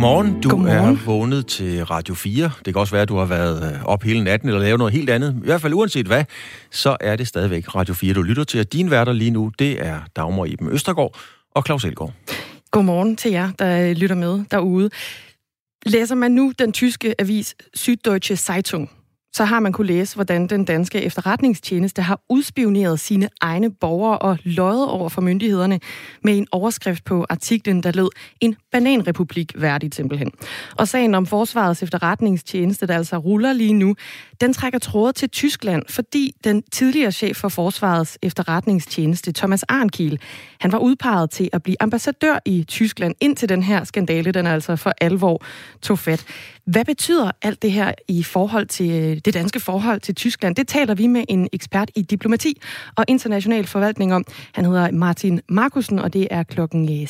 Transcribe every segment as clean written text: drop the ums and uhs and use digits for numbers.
Godmorgen. Godmorgen. Er vågnet til Radio 4. Det kan også være, at du har været op hele natten eller lavet noget helt andet. I hvert fald uanset hvad, så er det stadigvæk Radio 4, du lytter til. Og dine værter lige nu, det er Dagmar Iben Østergaard og Claus Elgaard. Godmorgen til jer, der lytter med derude. Læser man nu den tyske avis Süddeutsche Zeitung, så har man kunne læse, hvordan den danske efterretningstjeneste har udspioneret sine egne borgere og løjet over for myndighederne med en overskrift på artiklen, der lød en bananrepublik værdigt simpelthen. Og sagen om Forsvarets efterretningstjeneste, der altså ruller lige nu, den trækker tråde til Tyskland, fordi den tidligere chef for Forsvarets efterretningstjeneste, Thomas Arnkiel, han var udpeget til at blive ambassadør i Tyskland, indtil den her skandale, den altså for alvor tog fat. Hvad betyder alt det her i forhold til det danske forhold til Tyskland? Det taler vi med en ekspert i diplomati og international forvaltning om. Han hedder Martin Markussen, og det er klokken 6.34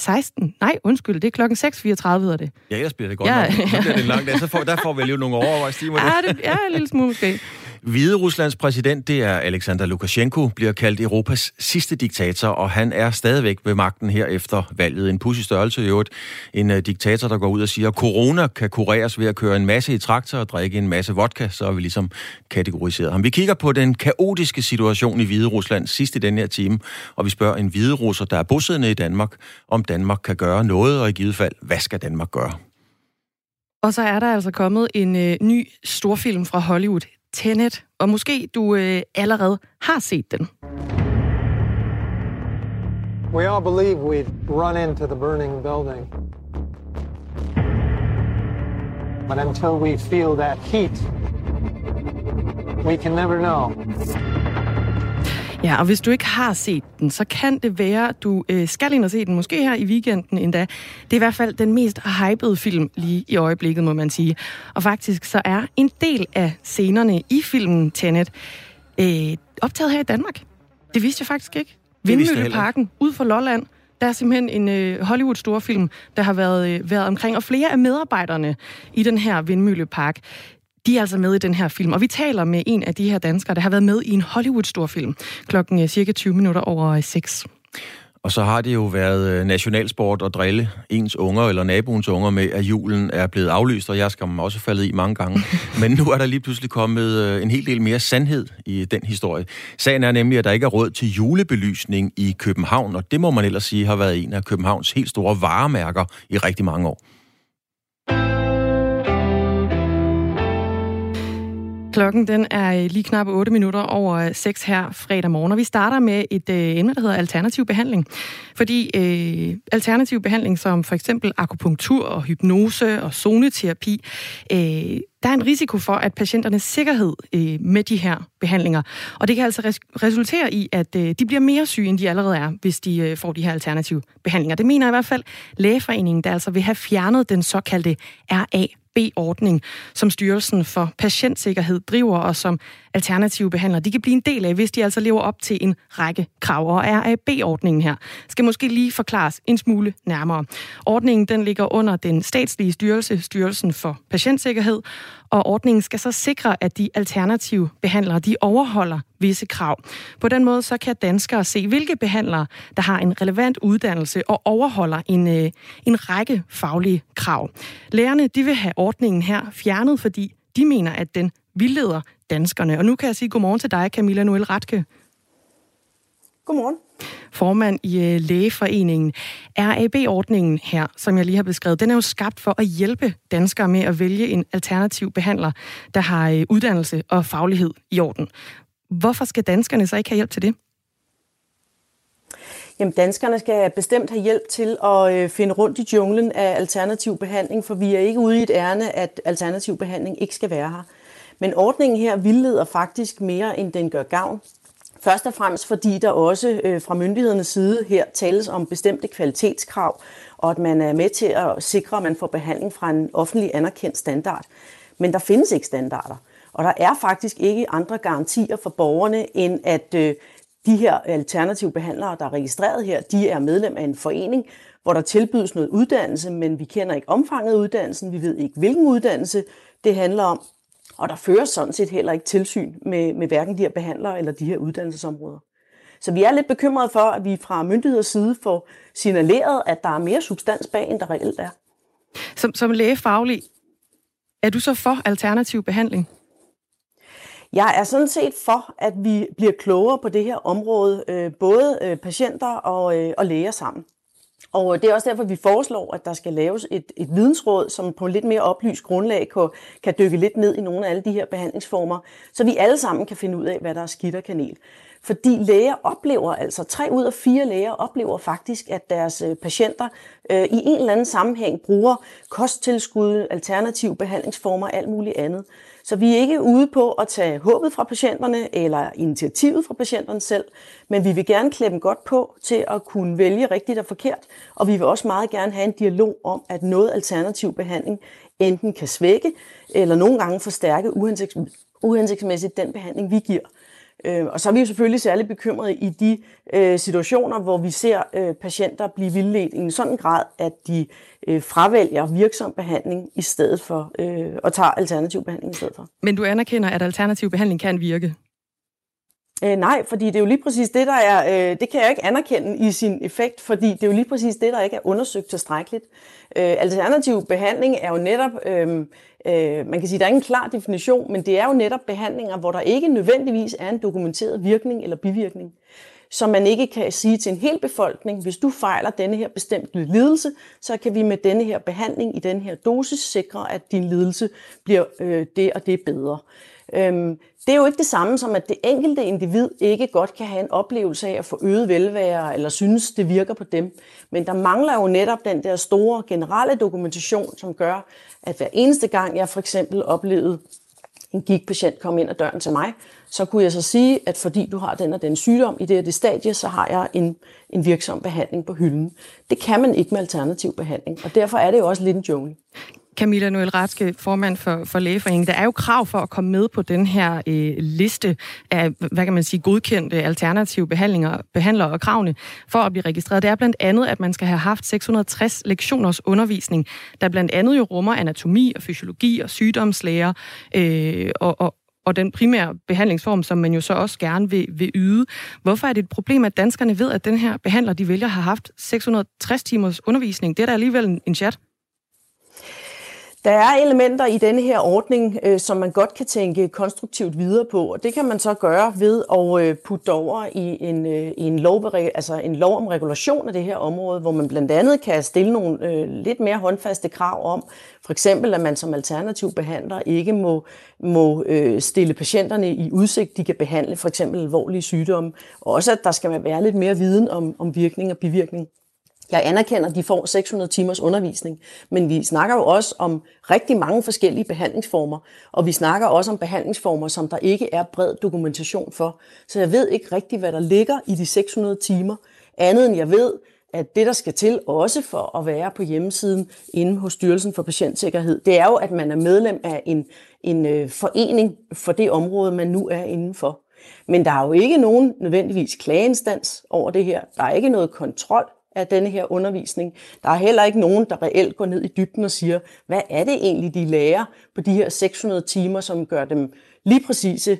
hedder det. Ja, ellers bliver det godt nok. Så bliver det en lang dag. Der får vi lige nogle overvejstimer. Ja, en lille smule måske. Hvide Ruslands præsident, det er Alexander Lukashenko, bliver kaldt Europas sidste diktator, og han er stadigvæk ved magten her efter valget. En pudsig størrelse i øvrigt. En diktator, der går ud og siger, at corona kan kureres ved at køre en masse i traktor og drikke en masse vodka, så er vi ligesom kategoriseret ham. Vi kigger på den kaotiske situation i Hvide Rusland sidst i den her time, og vi spørger en hvide russer, der er bosiddende i Danmark, om Danmark kan gøre noget, og i givet fald, hvad skal Danmark gøre? Og så er der altså kommet en ny storfilm fra Hollywood, Tenet, og måske du allerede har set den. We all believe we'd run into the burning building. But until we feel that heat, we can never know. Ja, og hvis du ikke har set den, så kan det være, at du skal ind og se den, måske her i weekenden endda. Det er i hvert fald den mest hypede film lige i øjeblikket, må man sige. Og faktisk så er en del af scenerne i filmen Tenet optaget her i Danmark. Det vidste jeg faktisk ikke. Vindmølleparken ud for Lolland. Der er simpelthen en Hollywood-storfilm, der har været omkring, og flere af medarbejderne i den her vindmøllepark, de er altså med i den her film, og vi taler med en af de her danskere, der har været med i en Hollywood-storfilm klokken cirka 20 minutter over 6. Og så har det jo været nationalsport at drille ens unger eller naboens unger med, at julen er blevet aflyst, og jeg skal også faldet i mange gange. Men nu er der lige pludselig kommet en hel del mere sandhed i den historie. Sagen er nemlig, at der ikke er råd til julebelysning i København, og det må man ellers sige har været en af Københavns helt store varemærker i rigtig mange år. Klokken den er lige knap 8 minutter over 6 her fredag morgen, og vi starter med et emne, der hedder alternativ behandling. Fordi alternativ behandling som for eksempel akupunktur og hypnose og zoneterapi, der er en risiko for, at patienternes sikkerhed med de her behandlinger, og det kan altså resultere i, at de bliver mere syge, end de allerede er, hvis de får de her alternative behandlinger. Det mener i hvert fald Lægeforeningen, der altså vil have fjernet den såkaldte RAB-ordning, som Styrelsen for Patientsikkerhed driver, og som alternative behandlere, de kan blive en del af, hvis de altså lever op til en række krav. Og RAB-ordningen her skal måske lige forklares en smule nærmere. Ordningen den ligger under den statslige styrelse, Styrelsen for Patientsikkerhed, og ordningen skal så sikre, at de alternative behandlere, de overholder visse krav. På den måde så kan danskere se, hvilke behandlere, der har en relevant uddannelse og overholder en række faglige krav. Lærerne, de vil have ordningen her fjernet, fordi de mener, at den vildleder danskerne. Og nu kan jeg sige godmorgen til dig, Camilla Noel Ratke. Godmorgen. Formand i Lægeforeningen. RAB-ordningen her, som jeg lige har beskrevet, den er jo skabt for at hjælpe danskere med at vælge en alternativ behandler, der har uddannelse og faglighed i orden. Hvorfor skal danskerne så ikke have hjælp til det? Jamen, danskerne skal bestemt have hjælp til at finde rundt i junglen af alternativ behandling, for vi er ikke ude i et ærne, at alternativ behandling ikke skal være her. Men ordningen her vildleder faktisk mere, end den gør gavn. Først og fremmest fordi der også fra myndighedernes side her tales om bestemte kvalitetskrav, og at man er med til at sikre, at man får behandling fra en offentlig anerkendt standard. Men der findes ikke standarder, og der er faktisk ikke andre garantier for borgerne, end at de her alternative behandlere, der er registreret her, de er medlem af en forening, hvor der tilbydes noget uddannelse, men vi kender ikke omfanget af uddannelsen, vi ved ikke, hvilken uddannelse det handler om, og der føres sådan set heller ikke tilsyn med hverken de her behandlere eller de her uddannelsesområder. Så vi er lidt bekymrede for, at vi fra myndigheders side får signaleret, at der er mere substans bag, end der reelt er. Som lægefaglig, er du så for alternativ behandling? Jeg er sådan set for, at vi bliver klogere på det her område, både patienter og læger sammen. Og det er også derfor, vi foreslår, at der skal laves et vidensråd, som på lidt mere oplyst grundlag kan dykke lidt ned i nogle af alle de her behandlingsformer, så vi alle sammen kan finde ud af, hvad der er skidt og kanel. Fordi læger oplever, altså 3 ud af 4 læger oplever faktisk, at deres patienter i en eller anden sammenhæng bruger kosttilskud, alternative behandlingsformer og alt muligt andet. Så vi er ikke ude på at tage håbet fra patienterne eller initiativet fra patienterne selv, men vi vil gerne klæde dem godt på til at kunne vælge rigtigt og forkert, og vi vil også meget gerne have en dialog om, at noget alternativ behandling enten kan svække eller nogle gange forstærke uhensigtsmæssigt den behandling, vi giver. Og så er vi jo selvfølgelig særligt bekymrede i de situationer, hvor vi ser patienter blive vildledt i en sådan grad, at de fravælger virksom behandling i stedet for, og tager alternativ behandling i stedet for. Men du anerkender, at alternativ behandling kan virke? Nej, fordi det er jo lige præcis det, der er, det kan jeg ikke anerkende i sin effekt, fordi det er jo lige præcis det, der ikke er undersøgt tilstrækkeligt. Alternativ behandling er jo netop, man kan sige, der er ingen klar definition, men det er jo netop behandlinger, hvor der ikke nødvendigvis er en dokumenteret virkning eller bivirkning. Så man ikke kan sige til en hel befolkning, hvis du fejler denne her bestemte lidelse, så kan vi med denne her behandling i denne her dosis sikre, at din lidelse bliver det og det bedre. Det er jo ikke det samme som, at det enkelte individ ikke godt kan have en oplevelse af at få øget velvære, eller synes, det virker på dem. Men der mangler jo netop den der store generelle dokumentation, som gør, at hver eneste gang jeg for eksempel oplevede en gigtpatient komme ind ad døren til mig, så kunne jeg så sige, at fordi du har den og den sygdom i det og det stadie, så har jeg en virksom behandling på hylden. Det kan man ikke med alternativ behandling, og derfor er det jo også lidt en jungle. Camilla Noel Rathke, formand for Lægeforeningen. Der er jo krav for at komme med på den her liste af, hvad kan man sige, godkendte alternative behandlere og kravene for at blive registreret. Det er blandt andet, at man skal have haft 660 lektioners undervisning, der blandt andet jo rummer anatomi og fysiologi og sygdomslæger og den primære behandlingsform, som man jo så også gerne vil yde. Hvorfor er det et problem, at danskerne ved, at den her behandler, de vælger, har haft 660 timers undervisning? Det er da alligevel en chat. Der er elementer i denne her ordning, som man godt kan tænke konstruktivt videre på, og det kan man så gøre ved at putte over i en lov om regulation af det her område, hvor man blandt andet kan stille nogle lidt mere håndfaste krav om, for eksempel at man som alternativ behandler ikke må stille patienterne i udsigt, de kan behandle for eksempel alvorlige sygdomme, og også at der skal være lidt mere viden om virkning og bivirkning. Jeg anerkender, at de får 600 timers undervisning, men vi snakker jo også om rigtig mange forskellige behandlingsformer, og vi snakker også om behandlingsformer, som der ikke er bred dokumentation for. Så jeg ved ikke rigtig, hvad der ligger i de 600 timer, andet end jeg ved, at det, der skal til også for at være på hjemmesiden inde hos Styrelsen for Patientsikkerhed, det er jo, at man er medlem af en forening for det område, man nu er indenfor. Men der er jo ikke nogen nødvendigvis klageinstans over det her. Der er ikke noget kontrol af denne her undervisning. Der er heller ikke nogen, der reelt går ned i dybden og siger, hvad er det egentlig, de lærer på de her 600 timer, som gør dem lige præcise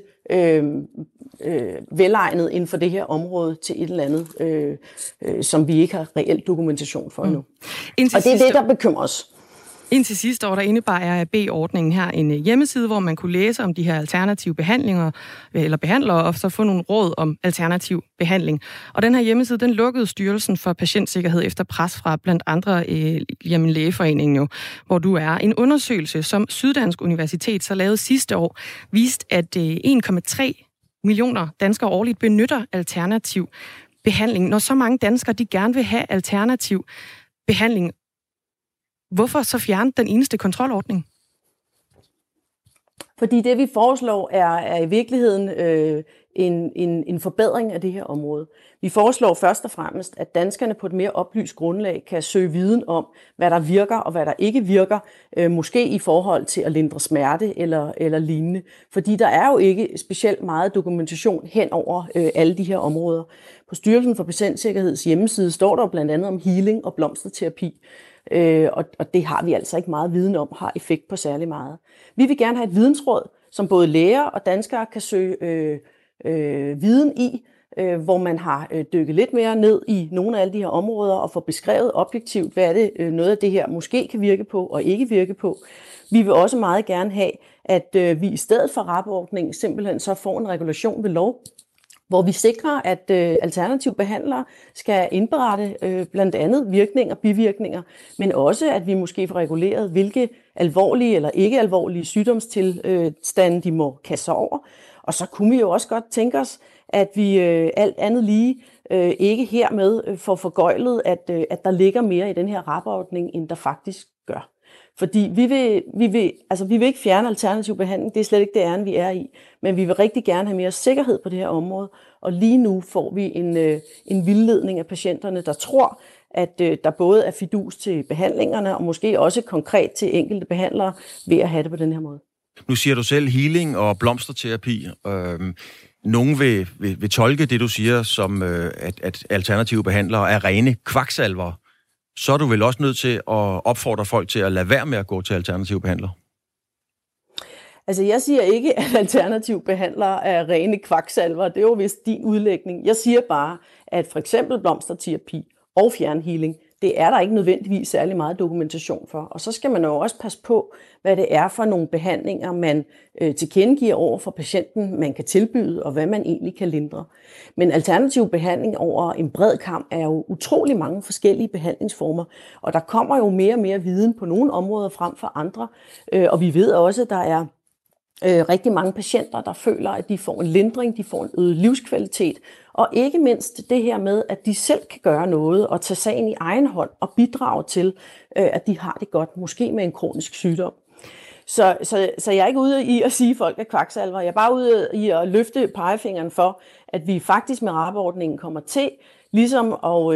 velegnet inden for det her område til et eller andet, som vi ikke har reelt dokumentation for endnu. Og det er det, der bekymrer os. Indtil sidste år, der indebar RAB-ordningen her en hjemmeside, hvor man kunne læse om de her alternative behandlinger, eller behandlere, og så få nogle råd om alternativ behandling. Og den her hjemmeside, den lukkede Styrelsen for Patientsikkerhed efter pres fra blandt andre Lægeforeningen jo, hvor du er. En undersøgelse, som Syddansk Universitet så lavede sidste år, viste, at 1,3 millioner danskere årligt benytter alternativ behandling. Når så mange danskere, de gerne vil have alternativ behandling, hvorfor så fjerne den eneste kontrolordning? Fordi det, vi foreslår, er i virkeligheden en forbedring af det her område. Vi foreslår først og fremmest, at danskerne på et mere oplyst grundlag kan søge viden om, hvad der virker og hvad der ikke virker, måske i forhold til at lindre smerte eller lignende. Fordi der er jo ikke specielt meget dokumentation hen over alle de her områder. På Styrelsen for Patientsikkerheds hjemmeside står der blandt andet om healing og blomsterterapi. Og det har vi altså ikke meget viden om, har effekt på særlig meget. Vi vil gerne have et vidensråd, som både læger og danskere kan søge viden i, hvor man har dykket lidt mere ned i nogle af alle de her områder og får beskrevet objektivt, hvad er det noget af det her måske kan virke på og ikke virke på. Vi vil også meget gerne have, at vi i stedet for RAB-ordningen simpelthen så får en regulation ved lov, hvor vi sikrer, at alternative behandlere skal indberette blandt andet virkninger, bivirkninger, men også, at vi måske får reguleret, hvilke alvorlige eller ikke alvorlige sygdomstilstande de må kaste sig over. Og så kunne vi jo også godt tænke os, at vi alt andet lige ikke hermed får forgøjlet, at der ligger mere i den her RAB-ordning, end der faktisk gør. Fordi vi vil ikke fjerne alternativ behandling, det er slet ikke det ærne, vi er i, men vi vil rigtig gerne have mere sikkerhed på det her område, og lige nu får vi en vildledning af patienterne, der tror, at der både er fidus til behandlingerne, og måske også konkret til enkelte behandlere ved at have det på den her måde. Nu siger du selv healing og blomsterterapi. Nogen vil tolke det, du siger, som at alternative behandlere er rene kvaksalver. Så er du vel også nødt til at opfordre folk til at lade være med at gå til alternative behandlere? Altså, jeg siger ikke, at alternative behandlere er rene kvaksalver. Det er jo vist din udlægning. Jeg siger bare, at for eksempel blomsterterapi og fjernhealing, det er der ikke nødvendigvis særlig meget dokumentation for. Og så skal man jo også passe på, hvad det er for nogle behandlinger, man tilkendegiver over for patienten, man kan tilbyde, og hvad man egentlig kan lindre. Men alternativ behandling over en bred kam er jo utrolig mange forskellige behandlingsformer, og der kommer jo mere og mere viden på nogle områder frem for andre. Og vi ved også, at der er rigtig mange patienter, der føler, at de får en lindring, de får en øget livskvalitet, og ikke mindst det her med, at de selv kan gøre noget og tage sagen i egen hånd og bidrage til, at de har det godt, måske med en kronisk sygdom. Så jeg er ikke ude i at sige, at folk er kvaksalver. Jeg er bare ude i at løfte pegefingeren for, at vi faktisk med RAB-ordningen kommer til ligesom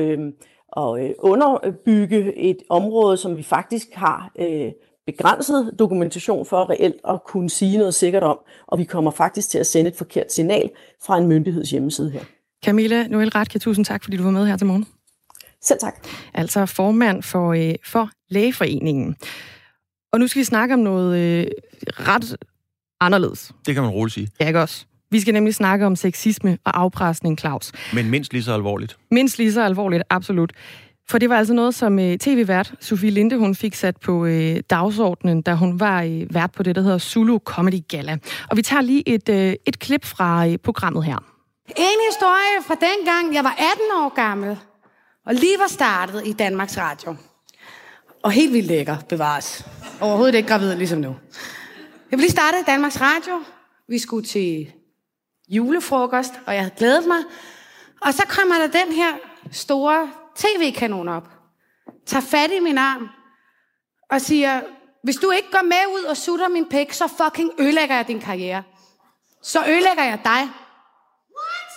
at underbygge et område, som vi faktisk har begrænset dokumentation for reelt at kunne sige noget sikkert om, og vi kommer faktisk til at sende et forkert signal fra en myndigheds hjemmeside her. Camilla Noel Rathke, tusind tak, fordi du var med her til morgen. Selv tak. Altså formand for Lægeforeningen. Og nu skal vi snakke om noget ret anderledes. Det kan man roligt sige. Ja, ikke også? Vi skal nemlig snakke om sexisme og afpresning, Claus. Men mindst lige så alvorligt. Mindst lige så alvorligt, absolut. For det var altså noget, som tv-vært Sofie Linde, hun fik sat på dagsordenen, da hun var vært på det, der hedder Zulu Comedy Gala. Og vi tager lige et klip fra programmet her. En historie fra dengang, jeg var 18 år gammel, og lige var startet i Danmarks Radio. Og helt vildt lækker, bevares. Overhovedet ikke gravid, ligesom nu. Jeg blev lige startet i Danmarks Radio. Vi skulle til julefrokost, og jeg havde glædet mig. Og så kommer der den her store tv-kanon op, tager fat i min arm og siger, hvis du ikke går med ud og sutter min pik, så fucking ødelægger jeg din karriere. Så ødelægger jeg dig. What?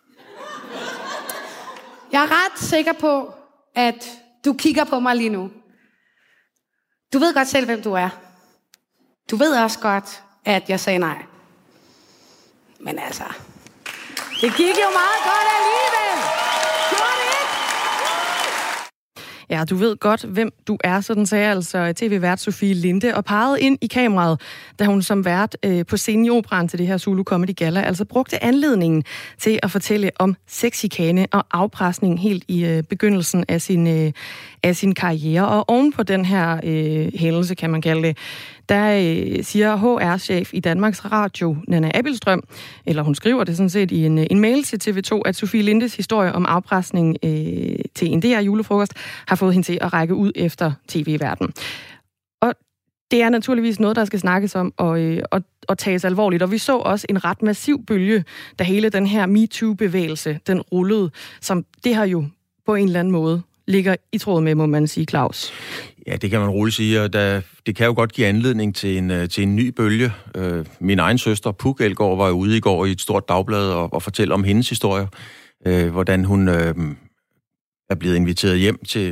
Jeg er ret sikker på, at du kigger på mig lige nu. Du ved godt selv, hvem du er. Du ved også godt, at jeg sagde nej. Men altså, det gik jo meget godt alligevel. Ja, du ved godt, hvem du er, sådan sagde altså tv-vært Sofie Linde, og pegede ind i kameraet, da hun som vært på scenen i Operaen til det her Zulu Comedy Gala, altså brugte anledningen til at fortælle om sexchikane og afpresning helt i begyndelsen af sin karriere. Og oven på den her hændelse, kan man kalde det, der siger HR-chef i Danmarks Radio, Nanna Abildstrøm, eller hun skriver det sådan set i en mail til TV2, at Sofie Lindes historie om afpresning til en DR julefrokost har fået hende til at række ud efter tv-verden. Og det er naturligvis noget, der skal snakkes om og tages alvorligt. Og vi så også en ret massiv bølge, da hele den her MeToo-bevægelse, den rullede, som det har jo på en eller anden måde ligger i tråd med, må man sige, Claus. Ja, det kan man roligt sige, og det kan jo godt give anledning til en ny bølge. Min egen søster, Puk Elgård, var jo ude i går i et stort dagblad og fortælle om hendes historie, hvordan hun er blevet inviteret hjem til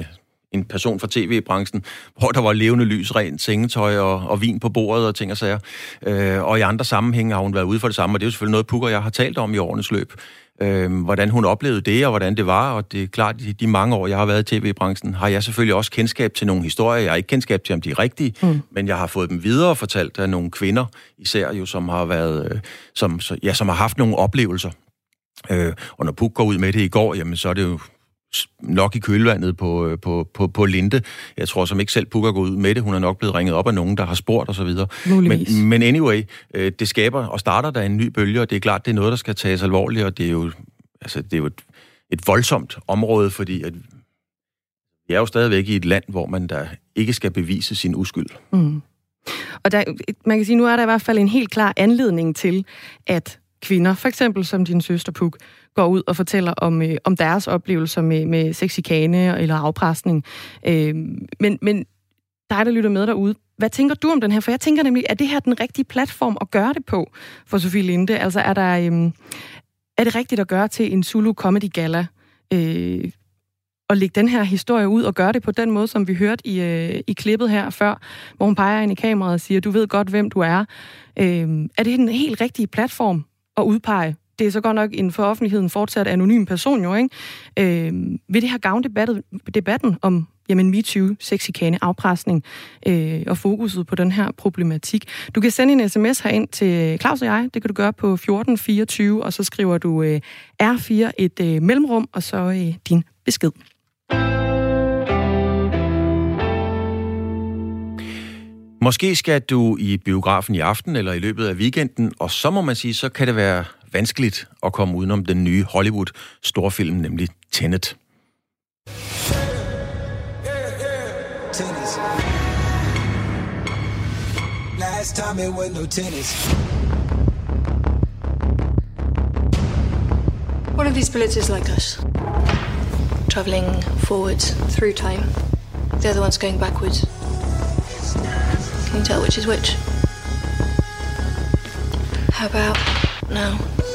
en person fra tv-branchen, hvor der var levende lys, rent sengetøj og vin på bordet og ting og sager. Og i andre sammenhænge har hun været ude for det samme, og det er jo selvfølgelig noget, Puk og jeg har talt om i årenes løb. Hvordan hun oplevede det, og hvordan det var, og det er klart, at de mange år, jeg har været i tv-branchen, har jeg selvfølgelig også kendskab til nogle historier. Jeg har ikke kendskab til, om de er rigtige, men jeg har fået dem videre fortalt af nogle kvinder, især jo, som har været, som har haft nogle oplevelser. Og når Puk går ud med det i går, jamen så er det jo nok i kølvandet på Linde. Jeg tror som ikke selv Puk er gået ud med det. Hun er nok blevet ringet op af nogen, der har spurgt og så videre. Men anyway, det skaber og starter der en ny bølge, og det er klart, det er noget, der skal tages alvorligt, og det er jo et voldsomt område, fordi at vi er jo stadigvæk i et land, hvor man der ikke skal bevise sin uskyld. Mm. Og man kan sige, nu er der i hvert fald en helt klar anledning til, at kvinder, for eksempel som din søster Puk, går ud og fortæller om deres oplevelser med sexchikane eller afpresning. Men dig, der lytter med derude, hvad tænker du om den her? For jeg tænker nemlig, er det her den rigtige platform at gøre det på for Sofie Linde? Altså er det rigtigt at gøre til en Zulu Comedy Gala og lægge den her historie ud og gøre det på den måde, som vi hørte i klippet her før, hvor hun peger ind i kameraet og siger, du ved godt, hvem du er. Er det den helt rigtige platform at udpege? Det er så godt nok en for offentligheden fortsat anonym person, jo, ikke? Vil det her gavne debatten om MeToo, sexchikane, afpresning og fokuset på den her problematik? Du kan sende en sms herind til Claus og jeg. Det kan du gøre på 1424, og så skriver du R4 et mellemrum, og så din besked. Måske skal du i biografen i aften eller i løbet af weekenden, og så må man sige, så kan det være vanskeligt at komme udenom den nye Hollywood-storfilm, nemlig Tenet. Tennis. Last time it was no tennis. One of these bullets is like us, traveling forwards through time. The other one's going backwards. Can you tell which is which? How about now?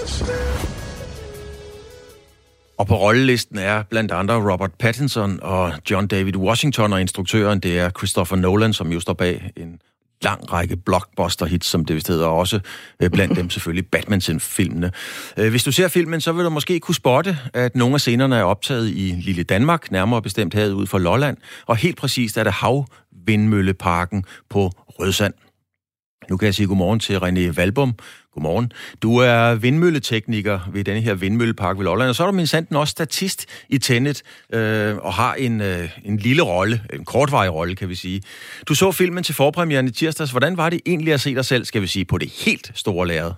Og på rollelisten er blandt andre Robert Pattinson og John David Washington, og instruktøren, det er Christopher Nolan, som jo står bag en lang række blockbuster-hits, som det vist hedder, også blandt dem selvfølgelig Batman-filmene. Hvis du ser filmen, så vil du måske kunne spotte, at nogle af scenerne er optaget i lille Danmark, nærmere bestemt havet ud for Lolland, og helt præcist er det Havvindmølleparken på Rødsand. Nu kan jeg sige godmorgen til René Valbom. Godmorgen. Du er vindmølletekniker ved denne her vindmøllepark ved Lolland, og så er du mindsanden også statist i Tenet, og har en lille rolle, en kortvarig rolle, kan vi sige. Du så filmen til forpremieren i tirsdags. Hvordan var det egentlig at se dig selv, skal vi sige, på det helt store lærred?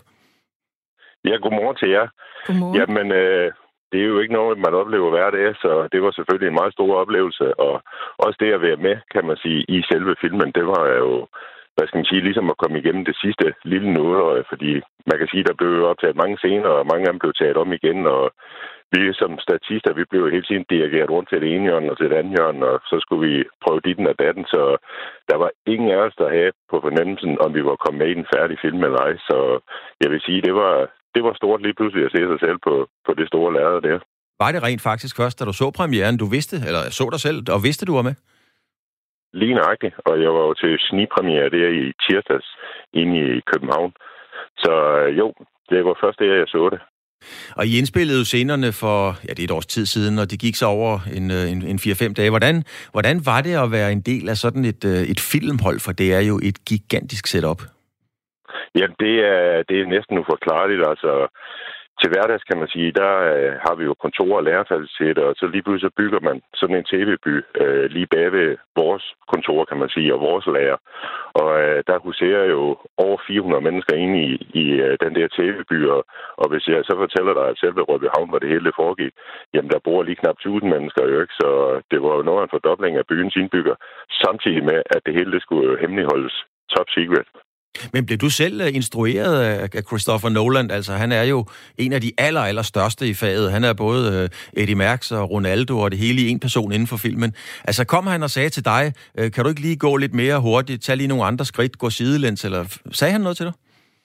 Ja, godmorgen til jer. Godmorgen. Jamen, det er jo ikke noget, man oplever hver dag, så det var selvfølgelig en meget stor oplevelse, og også det at være med, kan man sige, i selve filmen, det var jo, hvad skal man sige, ligesom at komme igennem det sidste lille noget, fordi man kan sige, der blev optaget mange scener, og mange af dem blev taget om igen, og vi som statister, vi blev hele tiden dirigeret rundt til det ene hjørne og til det andet hjørne, og så skulle vi prøve ditten og datten, så der var ingen af os, der havde på fornemmelsen, om vi var kommet med i den færdige film eller ej, så jeg vil sige, det var stort lige pludselig at se sig selv på det store lærred der. Var det rent faktisk først, da du så premieren, du vidste, eller så dig selv, og vidste, du var med? Lige nøjagtigt, og jeg var jo til snigpremiere der i tirsdags inde i København. Så jo, det var først det, jeg så det. Og I indspillede scenerne for, det er et års tid siden, og det gik så over en 4-5 dage. Hvordan var det at være en del af sådan et filmhold, for det er jo et gigantisk setup? Ja, det er næsten uforklarligt, altså. Til hverdags, kan man sige, der har vi jo kontor og lærerfaciliteter, og så lige pludselig bygger man sådan en tv-by lige bag ved vores kontor, kan man sige, og vores lærer. Og der huserer jo over 400 mennesker inde i den der tv-by, og hvis jeg så fortæller dig, at selve Rødbyhavn, hvor det hele foregik, jamen der bor lige knap 1000 mennesker jo ikke, så det var jo noget af en fordobling af byens indbygger, samtidig med, at det hele det skulle hemmeligholdes top secret. Men blev du selv instrueret af Christopher Nolan? Altså, han er jo en af de allerstørste i faget. Han er både Eddie Merckx og Ronaldo og det hele i en person inden for filmen. Altså, kom han og sagde til dig, kan du ikke lige gå lidt mere hurtigt, tage lige nogle andre skridt, gå sidelæns, eller sagde han noget til dig?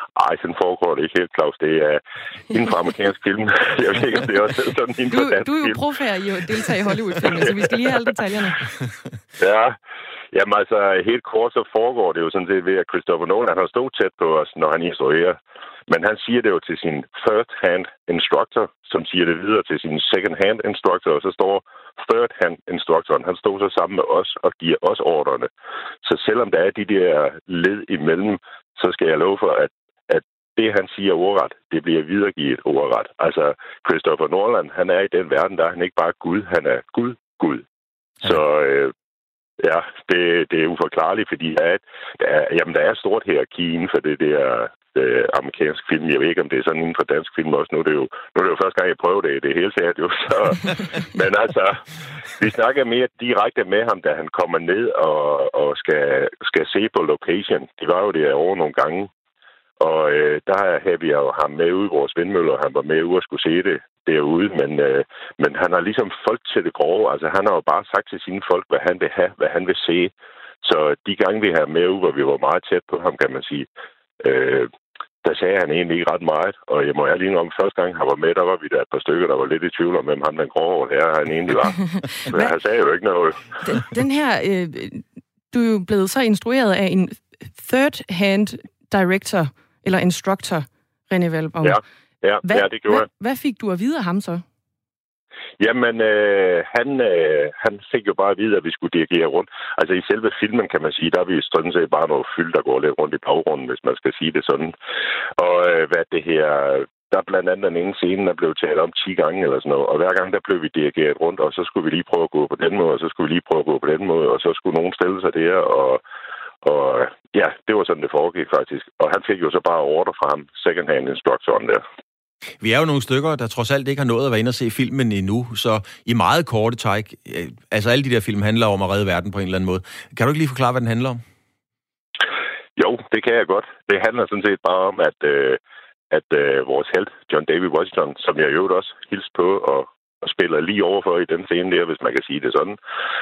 Ej, sådan foregår det ikke helt, Claus. Det er inden for amerikansk film. Jeg ved ikke, om det er også sådan inden for dansk film. Du er jo profærd i at deltage i Hollywood-filmen, så vi skal lige have alle detaljerne. Ja, jamen altså, helt kort så foregår det jo sådan set ved, at Christopher Nolan, han har stået tæt på os, når han instruerer. Men han siger det jo til sin third-hand instructor, som siger det videre til sin second-hand instructor, og så står third-hand instructoren, han står så sammen med os og giver os ordrene. Så selvom der er de der led imellem, så skal jeg love for, at det, han siger ordret, det bliver videregivet ordret. Altså, Christopher Nolan, han er i den verden, der er han ikke bare Gud, han er Gud. Ja. Så ja, det er uforklarligt, fordi der er et stort hierarki inden for det der amerikansk film. Jeg ved ikke, om det er sådan inden for dansk film også. Nu er det jo første gang, jeg prøver det hele taget jo. Så. Men altså, vi snakker mere direkte med ham, da han kommer ned og skal se på location. De var jo derovre nogle gange. Og der havde vi jo ham med ude i vores vindmøller, han var med ude og skulle se det derude, men han har ligesom folk til det grove. Altså, han har jo bare sagt til sine folk, hvad han vil have, hvad han vil se. Så de gange, vi havde med ude, hvor vi var meget tæt på ham, kan man sige, der sagde han egentlig ikke ret meget. Og jeg må ærlig indrømme, første gang han var med, der var vi der et par stykker, der var lidt i tvivl om, hvem han den grove her han egentlig var. Men han sagde jo ikke noget. Den her, du er jo blevet så instrueret af en third-hand director, eller instructor, René Hvelplund. Ja, det gjorde jeg. Hvad fik du at vide af ham så? Jamen, han fik jo bare at vide, at vi skulle dirigere rundt. Altså i selve filmen, kan man sige, der er vi sådan set bare noget fyld, der går lidt rundt i baggrunden, hvis man skal sige det sådan. Og hvad det her... Der er blandt andet den ene scene, der blev talt om 10 gange eller sådan noget. Og hver gang, der blev vi dirigeret rundt, og så skulle vi lige prøve at gå på den måde, og så skulle vi lige prøve at gå på den måde, og så skulle nogen stille sig der, og ja, det var sådan, det foregik faktisk. Og han fik jo så bare ordre fra ham, second-hand instructoren der. Vi er jo nogle stykker, der trods alt ikke har nået at være inde og se filmen endnu, så i meget korte træk, altså alle de der film handler om at redde verden på en eller anden måde. Kan du ikke lige forklare, hvad den handler om? Jo, det kan jeg godt. Det handler sådan set bare om, at vores helt, John David Washington, som jeg jo også hilste på og spiller lige overfor i den scene der, hvis man kan sige det sådan,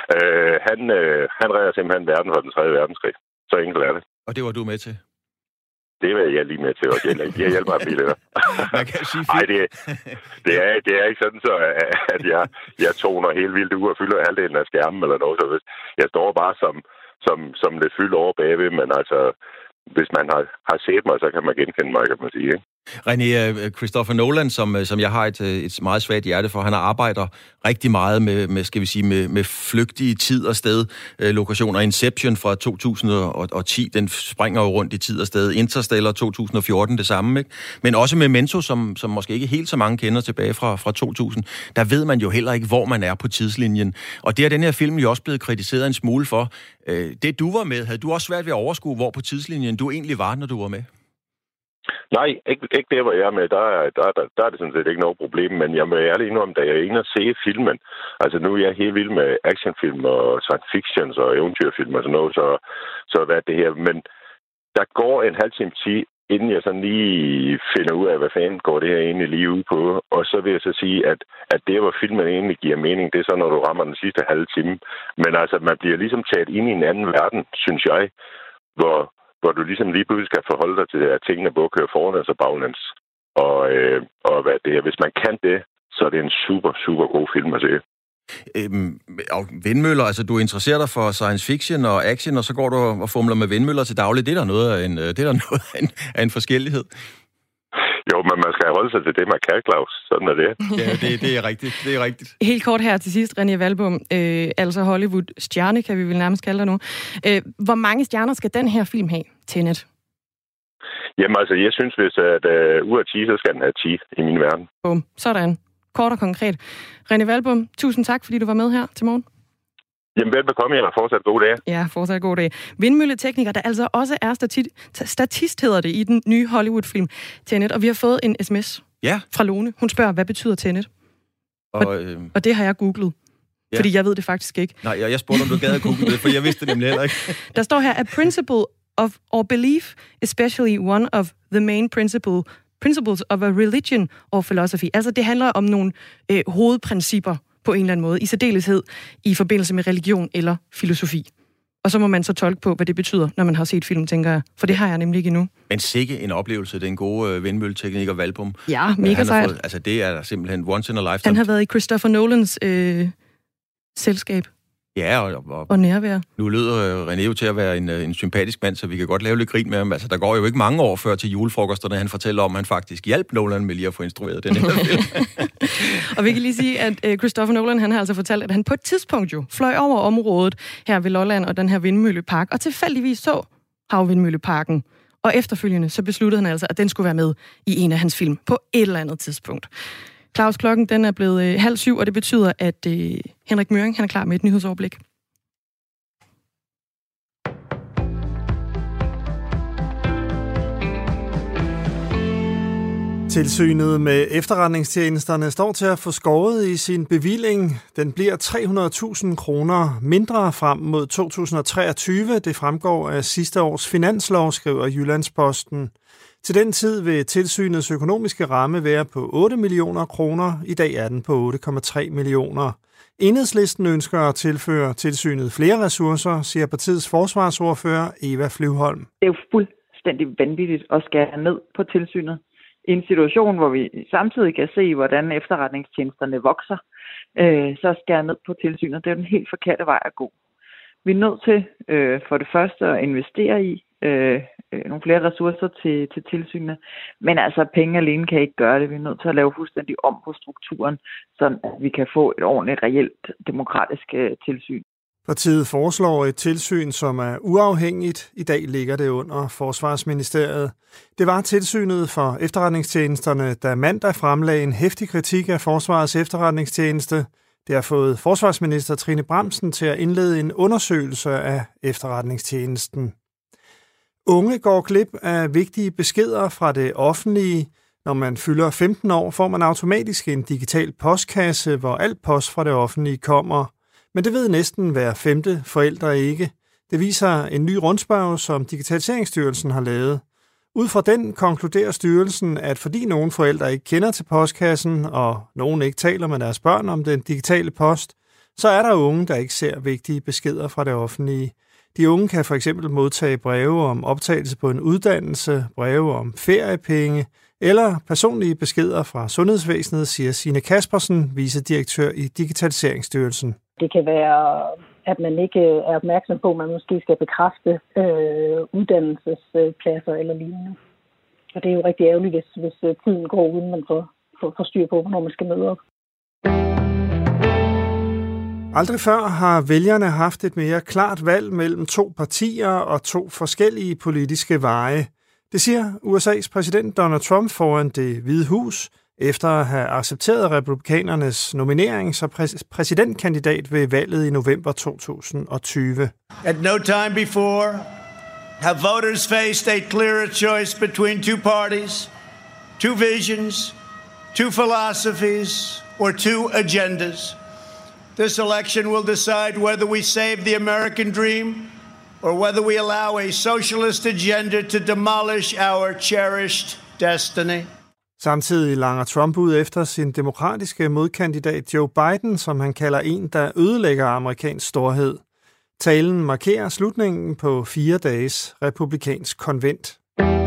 han redder simpelthen verden fra den 3. verdenskrig. Så enkelt er det. Og det var du med til? Det var jeg lige med til, og jeg hjælper mig billeder. Man kan sige Nej, det er ikke sådan, så at jeg toner helt vildt ud og fylder halvdelen af skærmen eller noget. Så jeg står bare som lidt fyldt over bagved, men altså, hvis man har set mig, så kan man genkende mig, kan man sige, ikke? René, Christopher Nolan, som jeg har et meget svagt hjerte for, han arbejder rigtig meget med skal vi sige, med flygtige tid og sted lokationer. Inception fra 2010, den springer jo rundt i tid og sted. Interstellar 2014, det samme, ikke? Men også Memento, som måske ikke helt så mange kender tilbage fra 2000. Der ved man jo heller ikke, hvor man er på tidslinjen. Og det er den her film jo også blevet kritiseret en smule for. Det du var med, havde du også svært ved at overskue, hvor på tidslinjen du egentlig var, når du var med? Nej, ikke der, hvor jeg er med. Der er det sådan set ikke noget problem, men jeg må ærligt indrømme, da jeg er inde og se filmen, altså nu er jeg helt vild med actionfilm og science fiction og eventyrfilm og sådan noget, så hvad er det her? Men der går en halv time tid, inden jeg sådan lige finder ud af, hvad fanden går det her egentlig lige ud på. Og så vil jeg så sige, at det, hvor filmen egentlig giver mening, det er så, når du rammer den sidste halve time. Men altså, man bliver ligesom taget ind i en anden verden, synes jeg, hvor du ligesom lige pludselig skal forholde dig til, at tingene både kører foran og baglæns. Og hvad det er. Hvis man kan det, så er det en super, super god film at se. Og vindmøller, altså du interesserer dig for science fiction og action, og så går du og fumler med vindmøller til daglig. Det er der noget af en forskellighed. Jo, men man skal holde sig til det, man kan, Claus. Sådan er det. Ja, det er rigtigt. Det er rigtigt. Helt kort her til sidst, René Hvelplund, altså Hollywood-stjerne, kan vi vel nærmest kalde dig nu. Hvor mange stjerner skal den her film have, Tenet? Jamen altså, jeg synes, hvis at ud af 10, så skal den have 10 i min verden. Bum, sådan. Kort og konkret. René Hvelplund, tusind tak, fordi du var med her til morgen. Jamen velbekomme, jeg har fortsat god dag. Ja, fortsat god dag. Vindmølletekniker, der altså også er statist, hedder det, i den nye Hollywood-film Tenet, og vi har fået en sms fra Lone. Hun spørger, hvad betyder Tenet? Og det har jeg googlet, fordi jeg ved det faktisk ikke. Nej, jeg spurgte, om du gad at google det, for jeg vidste det nemlig heller ikke. Der står her, a principle of or belief, especially one of the main principles of a religion or philosophy. Altså, det handler om nogle hovedprincipper på en eller anden måde, i særdeleshed i forbindelse med religion eller filosofi. Og så må man så tolke på, hvad det betyder, når man har set filmen, tænker jeg. For det har jeg nemlig ikke endnu. Men sikke en oplevelse, den gode vindmølleteknik og Valbum. Ja, mega sejt. Altså, det er simpelthen once in a lifetime. Han har været i Christopher Nolans selskab. Ja, og nærvær. Nu lyder René jo til at være en sympatisk mand, så vi kan godt lave lidt grin med ham. Altså, der går jo ikke mange år før til julefrokosterne, han fortæller om, at han faktisk hjalp Nolan med lige at få instrueret den her film. Og vi kan lige sige, at Christopher Nolan, han har altså fortalt, at han på et tidspunkt jo fløj over området her ved Lolland og den her vindmøllepark, og tilfældigvis så havvindmølleparken. Og efterfølgende så besluttede han altså, at den skulle være med i en af hans film på et eller andet tidspunkt. Claus, klokken den er blevet 6:30, og det betyder, at Henrik Møring han er klar med et nyhedsoverblik. Tilsynet med efterretningstjenesterne står til at få skåret i sin bevilling. Den bliver 300.000 kroner mindre frem mod 2023. Det fremgår af sidste års finanslov, skriver Jyllandsposten. Til den tid vil tilsynets økonomiske ramme være på 8 millioner kroner. I dag er den på 8,3 millioner. Enhedslisten ønsker at tilføre tilsynet flere ressourcer, siger partiets forsvarsordfører Eva Flyvholm. Det er jo fuldstændig vanvittigt at skære ned på tilsynet. I en situation, hvor vi samtidig kan se, hvordan efterretningstjenesterne vokser, så skære ned på tilsynet. Det er den helt forkerte vej at gå. Vi er nødt til for det første at investere i nogle flere ressourcer til tilsynene, men altså penge alene kan ikke gøre det. Vi er nødt til at lave fuldstændig om på strukturen, så vi kan få et ordentligt, reelt demokratisk tilsyn. Partiet foreslår et tilsyn, som er uafhængigt. I dag ligger det under Forsvarsministeriet. Det var tilsynet for efterretningstjenesterne, der mandag fremlagde en heftig kritik af Forsvarets efterretningstjeneste. Det har fået forsvarsminister Trine Bramsen til at indlede en undersøgelse af efterretningstjenesten. Unge går glip af vigtige beskeder fra det offentlige. Når man fylder 15 år, får man automatisk en digital postkasse, hvor al post fra det offentlige kommer. Men det ved næsten hver femte forældre ikke. Det viser en ny rundspørge, som Digitaliseringsstyrelsen har lavet. Ud fra den konkluderer styrelsen, at fordi nogle forældre ikke kender til postkassen, og nogen ikke taler med deres børn om den digitale post, så er der unge, der ikke ser vigtige beskeder fra det offentlige. De unge kan for eksempel modtage breve om optagelse på en uddannelse, breve om feriepenge eller personlige beskeder fra sundhedsvæsenet, siger Signe Kaspersen, vicedirektør i Digitaliseringsstyrelsen. Det kan være, at man ikke er opmærksom på, at man måske skal bekræfte uddannelsespladser eller lignende. Og det er jo rigtig ærgerligt, hvis tiden går, uden man får styr på, hvornår man skal møde op. Aldrig før har vælgerne haft et mere klart valg mellem to partier og to forskellige politiske veje. Det siger USA's præsident Donald Trump foran Det Hvide Hus, efter at have accepteret republikanernes nominering som præsidentkandidat ved valget i november 2020. At no time before have voters faced a clearer choice between two parties, two visions, two philosophies or two agendas. This election will decide whether we save the American dream or whether we allow a socialist agenda to demolish our cherished destiny. Samtidig langer Trump ud efter sin demokratiske modkandidat Joe Biden, som han kalder en, der ødelægger amerikansk storhed. Talen markerer slutningen på 4 dages republikansk konvent.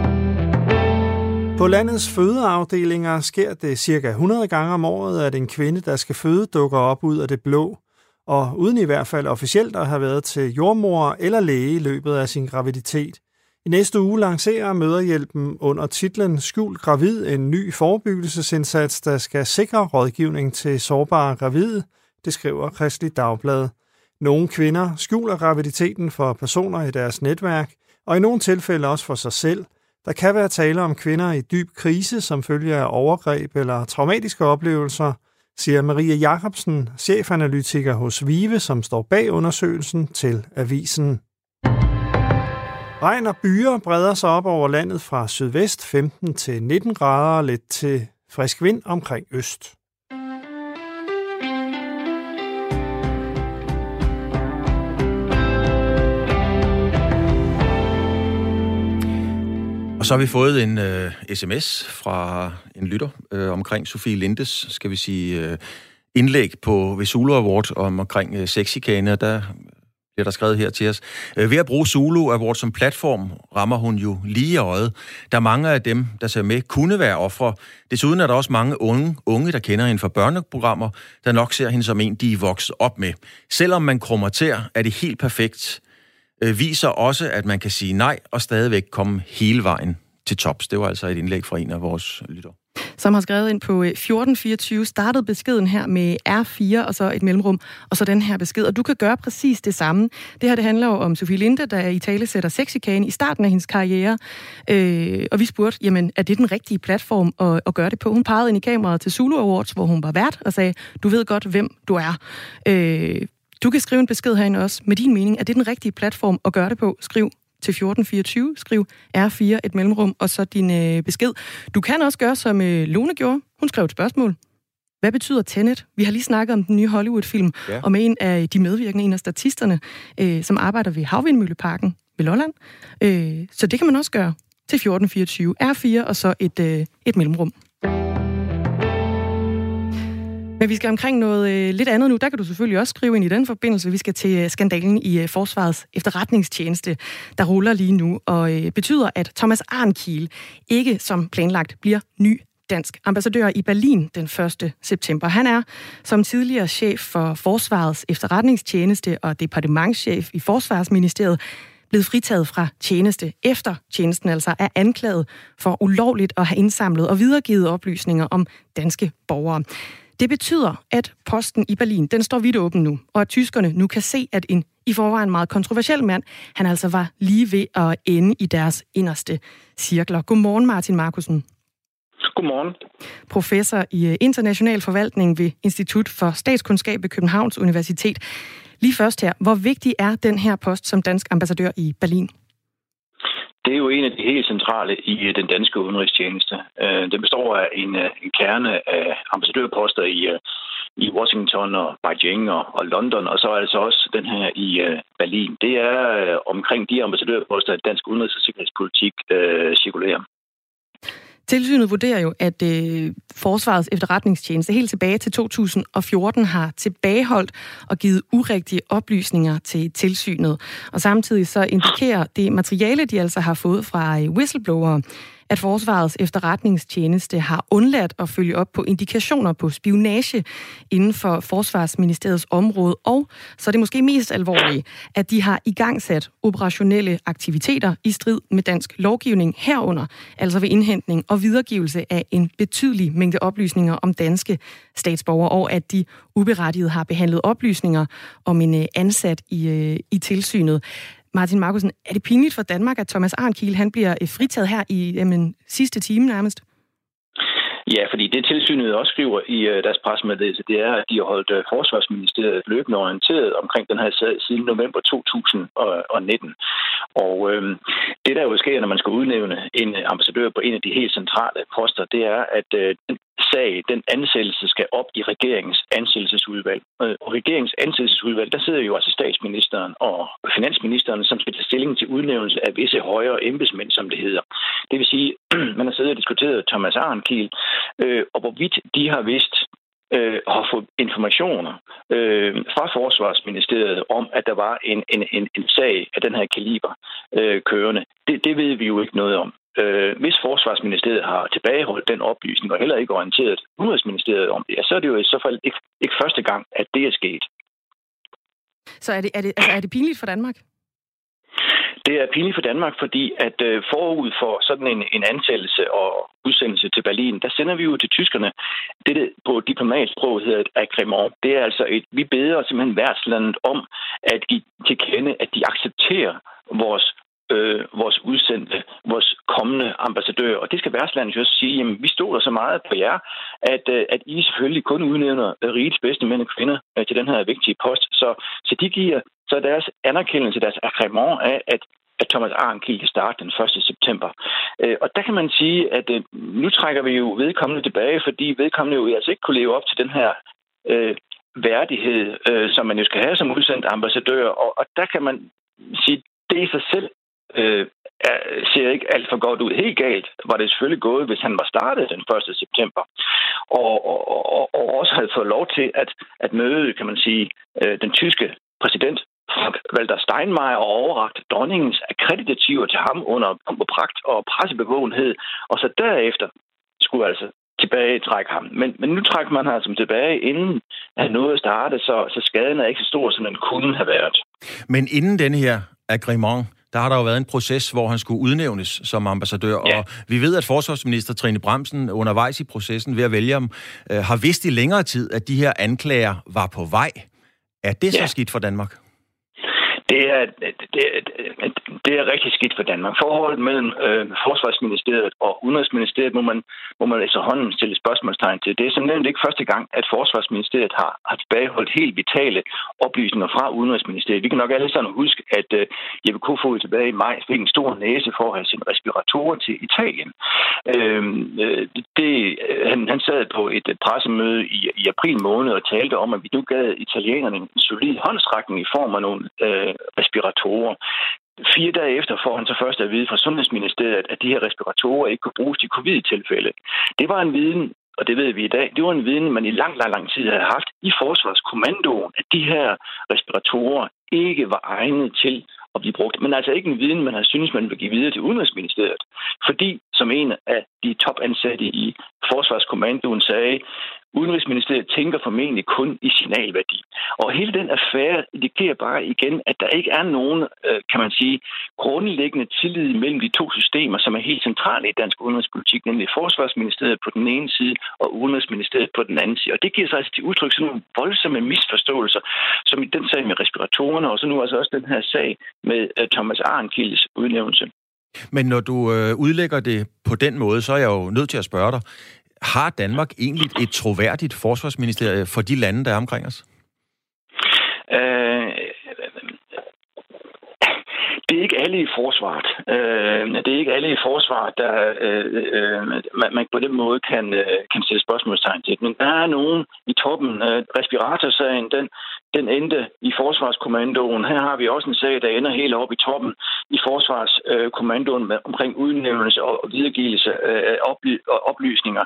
På landets fødeafdelinger sker det cirka 100 gange om året, at en kvinde, der skal føde, dukker op ud af det blå, og uden i hvert fald officielt at have været til jordmor eller læge i løbet af sin graviditet. I næste uge lancerer Mødrehjælpen under titlen Skjult Gravid en ny forebyggelsesindsats, der skal sikre rådgivning til sårbare gravide, det skriver Kristeligt Dagblad. Nogle kvinder skjuler graviditeten for personer i deres netværk, og i nogle tilfælde også for sig selv. Der kan være tale om kvinder i dyb krise som følge af overgreb eller traumatiske oplevelser, siger Marie Jacobsen, chefanalytiker hos VIVE, som står bag undersøgelsen til avisen. Regn og byger breder sig op over landet fra sydvest 15 til 19 grader, lidt til frisk vind omkring øst. Og så har vi fået en sms fra en lytter omkring Sofie Lindes, skal vi sige, indlæg ved Zulu Award omkring sexchikane. Der bliver der skrevet her til os. Ved at bruge Zulu Awards som platform, rammer hun jo lige i øjet. Der er mange af dem, der ser med, kunne være ofre. Desuden er der også mange unge, der kender hende fra børneprogrammer, der nok ser hende som en, de er vokset op med. Selvom man krummer tæer, er det helt perfekt. Viser også, at man kan sige nej og stadigvæk komme hele vejen til tops. Det var altså et indlæg fra en af vores lyttere. Som har skrevet ind på 1424, startede beskeden her med R4 og så et mellemrum, og så den her besked. Og du kan gøre præcis det samme. Det her, det handler jo om Sofie Linde, der i tale sætter sexchikane i starten af hendes karriere. Og vi spurgte, jamen, er det den rigtige platform at gøre det på? Hun pegede ind i kameraet til Zulu Awards, hvor hun var vært og sagde, du ved godt, hvem du er. Du kan skrive en besked herinde også med din mening. Er det den rigtige platform at gøre det på? Skriv til 1424, skriv R4, et mellemrum, og så din besked. Du kan også gøre, som Lone gjorde. Hun skrev et spørgsmål. Hvad betyder Tenet? Vi har lige snakket om den nye Hollywood-film, og med en af de medvirkende, en af statisterne, som arbejder ved Havvindmølleparken ved Lolland. Så det kan man også gøre til 1424, R4, og så et mellemrum. Men vi skal omkring noget lidt andet nu. Der kan du selvfølgelig også skrive ind i den forbindelse. Vi skal til skandalen i Forsvarets efterretningstjeneste, der ruller lige nu, og betyder, at Thomas Arnkiel ikke som planlagt bliver ny dansk ambassadør i Berlin den 1. september. Han er som tidligere chef for Forsvarets efterretningstjeneste og departementschef i Forsvarsministeriet blevet fritaget fra tjeneste, efter tjenesten altså er anklaget for ulovligt at have indsamlet og videregivet oplysninger om danske borgere. Det betyder, at posten i Berlin, den står vidt åben nu, og at tyskerne nu kan se, at en i forvejen meget kontroversiel mand, han altså var lige ved at ende i deres inderste cirkler. Godmorgen, Martin Markussen. Godmorgen. Professor i international forvaltning ved Institut for Statskundskab ved Københavns Universitet. Lige først her, hvor vigtig er den her post som dansk ambassadør i Berlin? Det er jo en af de helt centrale i den danske udenrigstjeneste. Den består af en kerne af ambassadørposter i Washington og Beijing og London, og så er altså også den her i Berlin. Det er omkring de ambassadørposter, at dansk udenrigs- og sikkerhedspolitik cirkulerer. Tilsynet vurderer jo, at Forsvarets efterretningstjeneste helt tilbage til 2014 har tilbageholdt og givet urigtige oplysninger til tilsynet. Og samtidig så indikerer det materiale, de altså har fået fra whistleblowere, at Forsvarets efterretningstjeneste har undladt at følge op på indikationer på spionage inden for Forsvarsministeriets område, og så er det måske mest alvorlige, at de har igangsat operationelle aktiviteter i strid med dansk lovgivning herunder, altså ved indhentning og videregivelse af en betydelig mængde oplysninger om danske statsborgere, og at de uberettiget har behandlet oplysninger om en ansat i tilsynet. Martin Markussen, er det pinligt for Danmark, at Thomas Arnkiel han bliver fritaget her i sidste time nærmest? Ja, fordi det tilsynet også skriver i deres pressemeddelelse, det er, at de har holdt Forsvarsministeriet løbende orienteret omkring den her sag siden november 2019. Og det, der jo sker, når man skal udnævne en ambassadør på en af de helt centrale poster, det er, at den sag, den ansættelse skal op i regeringens ansættelsesudvalg. Og regeringens ansættelsesudvalg, der sidder jo altså statsministeren og finansministeren, som skal tage stilling til udnævnelse af visse højere embedsmænd, som det hedder. Det vil sige, man har siddet og diskuteret Thomas Arnkiel, og hvorvidt de har vidst, har fået informationer fra Forsvarsministeriet om, at der var en sag af den her kaliber kørende. Det ved vi jo ikke noget om. Hvis Forsvarsministeriet har tilbageholdt den oplysning og heller ikke orienteret Udenrigsministeriet om det, så er det jo i så fald ikke første gang, at det er sket. Så er det pinligt for Danmark? Det er pinligt for Danmark, fordi at forud for sådan en ansættelse og udsendelse til Berlin, der sender vi jo til tyskerne det på diplomatsprog hedder et agreement. Det er altså vi beder simpelthen værtslandet om at give til kende, at de accepterer vores udsendte, vores kommende ambassadør. Og det skal værtslandet jo også sige, jamen vi stoler så meget på jer, at I selvfølgelig kun udnævner rigets bedste mænd og kvinder til den her vigtige post. Så de giver så deres anerkendelse, deres agreement af, at Thomas Arnkiel kan starte den 1. september. Og der kan man sige, at nu trækker vi jo vedkommende tilbage, fordi vedkommende jo altså ikke kunne leve op til den her værdighed, som man jo skal have som udsendt ambassadør. Og der kan man sige, det i sig selv ser ikke alt for godt ud. Helt galt var det selvfølgelig gået, hvis han var startet den 1. september. Og også havde fået lov til at møde, kan man sige, den tyske præsident Frank Walter Steinmeier og overrakt dronningens akkreditativer til ham under pragt og pressebevågenhed, og så derefter skulle altså tilbage trække ham. Men nu trækker man ham tilbage, inden han nåede at starte, så skaden er ikke så stor, som den kunne have været. Men inden denne her agreement, der har der jo været en proces, hvor han skulle udnævnes som ambassadør, ja. Og vi ved, at forsvarsminister Trine Bramsen undervejs i processen ved at vælge ham, har vidst i længere tid, at de her anklager var på vej. Er det så skidt for Danmark? Det er rigtig skidt for Danmark. Forholdet mellem Forsvarsministeriet og Udenrigsministeriet må man efterhånden stille spørgsmålstegn til. Det er som nævnt ikke første gang, at Forsvarsministeriet har tilbageholdt helt vitale oplysninger fra Udenrigsministeriet. Vi kan nok alle sammen huske, at Jeppe Kofod tilbage i maj fik en stor næse for at have sine respiratorer til Italien. Han sad på et pressemøde i april måned og talte om, at vi nu gav italienerne en solid håndsrækning i form af nogle respiratorer. 4 dage efter får han så først at vide fra Sundhedsministeriet, at de her respiratorer ikke kunne bruges til covid-tilfælde. Det var en viden, og det ved vi i dag, det var en viden, man i lang tid havde haft i Forsvarskommandoen, at de her respiratorer ikke var egnet til at blive brugt. Men altså ikke en viden, man har synes, man vil give videre til Udenrigsministeriet. Fordi, som en af de topansatte i Forsvarskommandoen sagde, Udenrigsministeriet tænker formentlig kun i signalværdi. Og hele den affære indikerer bare igen, at der ikke er nogen, kan man sige, grundlæggende tillid mellem de to systemer, som er helt centrale i dansk udenrigspolitik, nemlig Forsvarsministeriet på den ene side og Udenrigsministeriet på den anden side. Og det giver sig altså til udtryk sådan nogle voldsomme misforståelser, som i den sag med respiratorerne, og så nu altså også den her sag med Thomas Arnkildes udnævnelse. Men når du udlægger det på den måde, så er jeg jo nødt til at spørge dig, har Danmark egentlig et troværdigt forsvarsministerie for de lande, der er omkring os? Det er ikke alle i forsvaret. Det er ikke alle i forsvaret, der man på den måde kan sætte spørgsmålstegn til. Men der er nogen i toppen. Respiratorsagen, den endte i Forsvarskommandoen. Her har vi også en sag, der ender helt op i toppen i Forsvarskommandoen omkring udnævnelse og videregivelse af oplysninger.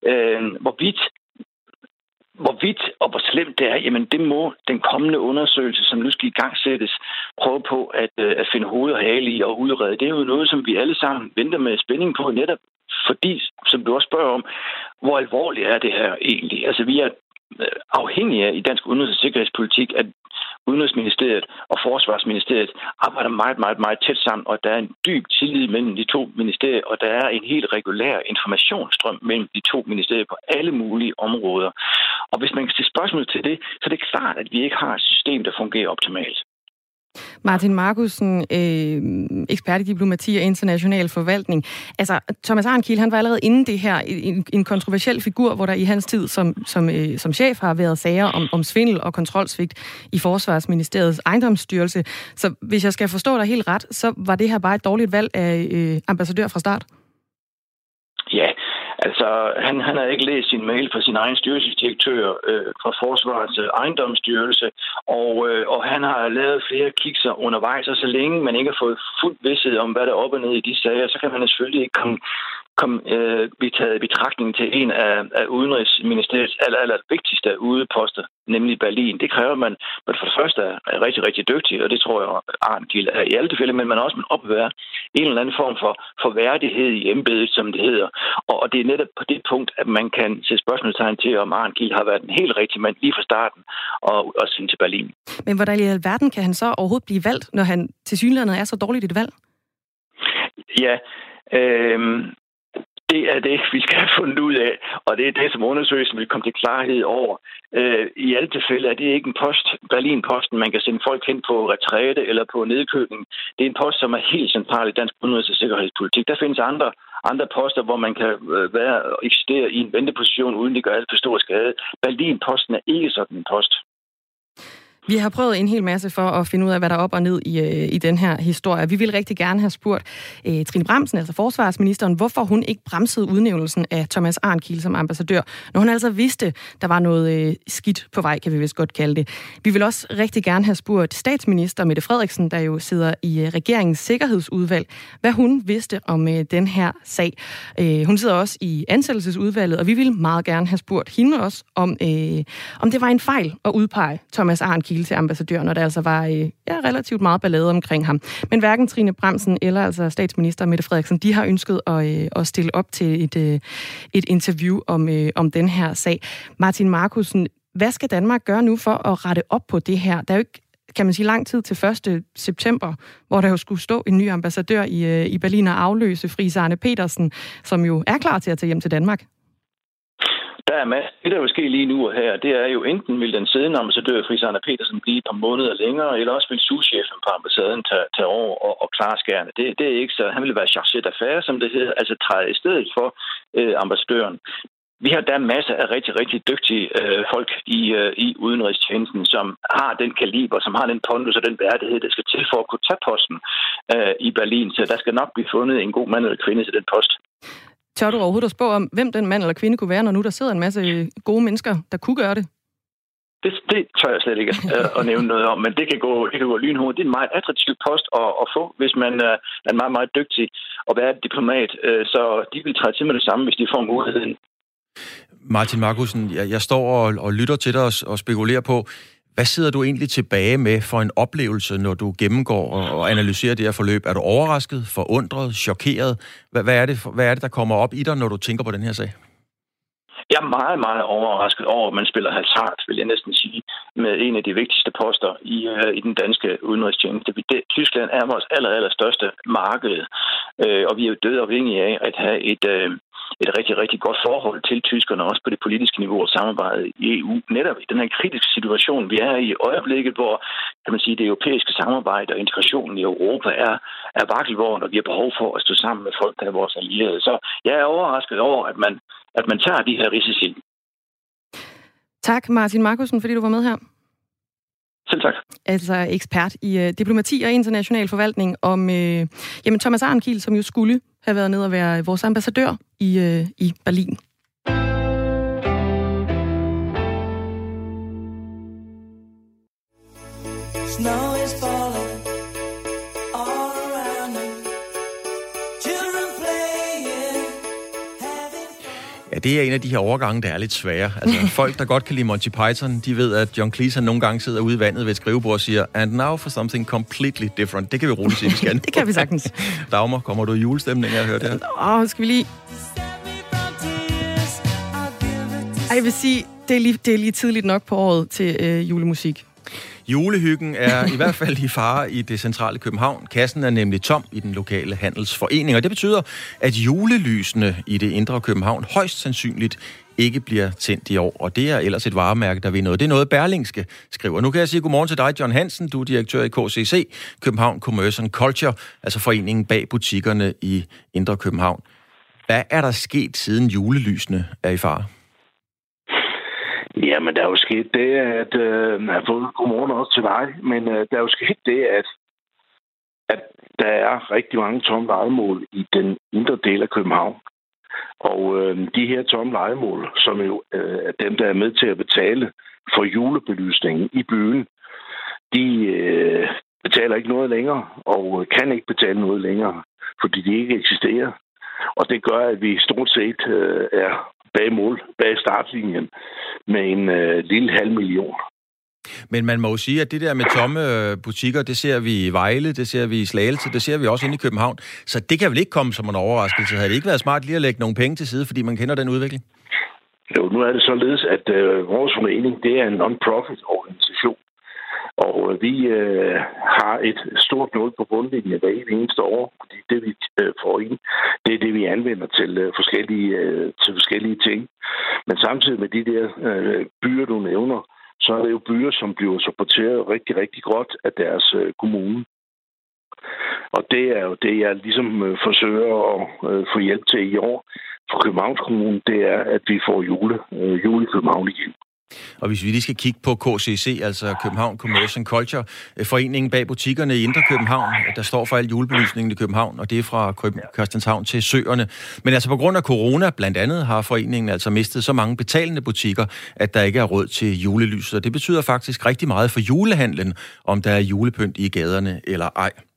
Hvorvidt og hvor slemt det er, jamen det må den kommende undersøgelse, som nu skal i gang sættes, prøve på at finde hoved og hale i og udrede. Det er jo noget, som vi alle sammen venter med spænding på, netop fordi, som du også spørger om, hvor alvorligt er det her egentlig? Altså vi er afhængige af i dansk udenrigs- og sikkerhedspolitik, at Udenrigsministeriet og Forsvarsministeriet arbejder meget tæt sammen, og der er en dyb tillid mellem de to ministerier, og der er en helt regulær informationsstrøm mellem de to ministerier på alle mulige områder. Og hvis man kan stille spørgsmål til det, så er det klart, at vi ikke har et system, der fungerer optimalt. Martin Markussen, ekspert i diplomati og international forvaltning. Altså, Thomas Arnkild, han var allerede inden det her en kontroversiel figur, hvor der i hans tid som chef har været sager om svindel og kontrolsvigt i Forsvarsministeriets ejendomsstyrelse. Så hvis jeg skal forstå dig helt ret, så var det her bare et dårligt valg af ambassadør fra start? Ja, altså han har ikke læst sin mail fra sin egen styrelsesdirektør fra Forsvarets ejendomsstyrelse, og han har lavet flere kikser undervejs, og så længe man ikke har fået fuld vidsthed om, hvad der er op og ned i de sager, så kan man selvfølgelig ikke blive taget i betragtning til en af Udenrigsministeriets aller vigtigste udeposter, nemlig Berlin. Det kræver man for det første er rigtig dygtig, og det tror jeg, Arnkild er i alle tilfælde, men man også må opvære en eller anden form for værdighed i embedet, som det hedder. Og det er netop på det punkt, at man kan sætte spørgsmålstegn til, om Arnkild har været en helt rigtig mand lige fra starten og sendt til Berlin. Men hvordan i alverden kan han så overhovedet blive valgt, når han tilsyneladende er så dårligt et valg? Ja, det er det, vi skal have fundet ud af, og det er det, som undersøgelsen vil komme til klarhed over. I alle tilfælde er det ikke en post, Berlin-posten, man kan sende folk hen på retræte eller på nedkøbning. Det er en post, som er helt central i dansk udenrigs- og sikkerhedspolitik. Der findes andre poster, hvor man kan eksistere i en venteposition, uden det gør alt for stor skade. Berlin-posten er ikke sådan en post. Vi har prøvet en hel masse for at finde ud af, hvad der er op og ned i den her historie. Vi ville rigtig gerne have spurgt Trine Bramsen, altså forsvarsministeren, hvorfor hun ikke bremsede udnævnelsen af Thomas Arnkild som ambassadør, når hun altså vidste, der var noget skidt på vej, kan vi vist godt kalde det. Vi vil også rigtig gerne have spurgt statsminister Mette Frederiksen, der jo sidder i regeringens sikkerhedsudvalg, hvad hun vidste om den her sag. Hun sidder også i ansættelsesudvalget, og vi vil meget gerne have spurgt hende også, om det var en fejl at udpege Thomas Arnkild kilde til ambassadøren, når der altså var relativt meget ballade omkring ham. Men hverken Trine Bramsen eller altså statsminister Mette Frederiksen, de har ønsket at stille op til et interview om den her sag. Martin Markussen, hvad skal Danmark gøre nu for at rette op på det her? Der er jo ikke, kan man sige, lang tid til 1. september, hvor der jo skulle stå en ny ambassadør i Berlin og afløse Friis Arne Petersen, som jo er klar til at tage hjem til Danmark. Der er masser. Det, der vil ske lige nu og her, det er jo enten vil den siddende ambassadør Friis Arne Petersen blive et par måneder længere, eller også vil souschefen på ambassaden tage over og klare skærene. Det er ikke så. Han vil være chargé d'affaires, som det hedder, altså træde i stedet for ambassadøren. Der er masser af rigtig, rigtig dygtige folk i udenrigstjenesten, som har den kaliber, som har den pondus og den værdighed, der skal til for at kunne tage posten i Berlin. Så der skal nok blive fundet en god mand eller kvinde til den post. Tør du overhovedet at spå om, hvem den mand eller kvinde kunne være, når nu der sidder en masse gode mennesker, der kunne gøre det? Det tør jeg slet ikke at nævne noget om, men det kan gå lynhurtigt. Det er en meget attraktiv post at få, hvis man er meget, meget dygtig og være diplomat. Så de vil træde til med det samme, hvis de får muligheden. Martin Markussen, jeg står og lytter til dig og spekulerer på, hvad sidder du egentlig tilbage med for en oplevelse, når du gennemgår og analyserer det her forløb? Er du overrasket, forundret, chokeret? Hvad er det, der kommer op i dig, når du tænker på den her sag? Jeg er meget, meget overrasket over, at man spiller hasard, vil jeg næsten sige, med en af de vigtigste poster i den danske udenrigstjeneste. Tyskland er vores allerstørste marked, og vi er jo dødafhængige af at have et rigtig, rigtig godt forhold til tyskerne, også på det politiske niveau og samarbejde i EU. Netop i den her kritiske situation, vi er i øjeblikket, hvor kan man sige, det europæiske samarbejde og integrationen i Europa er vakkelvogn, og vi har behov for at stå sammen med folk, der er vores allierede. Så jeg er overrasket over, at man tager de her risici. Tak, Martin Markussen, fordi du var med her. Selv tak. Altså ekspert i diplomati og international forvaltning om Thomas Arnkiel, som jo skulle have været ned og være vores ambassadør i Berlin. Snow is falling all around me. Children playing. Ja, det er en af de her overgange, der er lidt svære. Altså, folk, der godt kan lide Monty Python, de ved, at John Cleese nogle gange sidder ude i vandet ved et skrivebord og siger, and now for something completely different. Det kan vi roligt sige, vi skal. Det kan vi sagtens. Dagmar, kommer du i julestemning, jeg har hørt det her? Skal vi lige... Jeg vil sige, det er lige tidligt nok på året til julemusik. Julehyggen er i hvert fald i fare i det centrale København. Kassen er nemlig tom i den lokale handelsforening, og det betyder, at julelysene i det indre København højst sandsynligt ikke bliver tændt i år, og det er ellers et varemærke, der vil noget. Det er noget, Berlingske skriver. Nu kan jeg sige godmorgen til dig, John Hansen. Du er direktør i KCC, København Commerce and Culture, altså foreningen bag butikkerne i indre København. Hvad er der sket, siden julelysene er i fare? Jamen, der er jo sket det, at jeg har fået godmorgen også til dig, men der er jo sket det, at der er rigtig mange tomme lejemål i den indre del af København. Og de her tomme lejemål, som jo er dem, der er med til at betale for julebelysningen i byen, de betaler ikke noget længere, og kan ikke betale noget længere, fordi de ikke eksisterer. Og det gør, at vi stort set er bag startlinjen med en lille 500.000. Men man må jo sige, at det der med tomme butikker, det ser vi i Vejle, det ser vi i Slagelse, det ser vi også inde i København. Så det kan vel ikke komme som en overraskelse. Havde det ikke været smart lige at lægge nogle penge til side, fordi man kender den udvikling? Jo, nu er det således, at vores forening, det er en non-profit organisation. Og vi har et stort nul på bundlinjen hver eneste år, fordi det vi får ind, det er det, vi anvender til forskellige ting. Men samtidig med de der byer, du nævner, så er det jo byer, som bliver supporteret rigtig, rigtig godt af deres kommune. Og det er jo det, jeg ligesom forsøger at få hjælp til i år for Københavns Kommune, det er, at vi får jule i København igen. Og hvis vi lige skal kigge på KCC, altså København Commerce and Culture, foreningen bag butikkerne i Indre København, der står for al julebelysningen i København, og det er fra Christianshavn til Søerne. Men altså på grund af corona blandt andet har foreningen altså mistet så mange betalende butikker, at der ikke er råd til julelyset. Og det betyder faktisk rigtig meget for julehandlen, om der er julepynt i gaderne eller ej.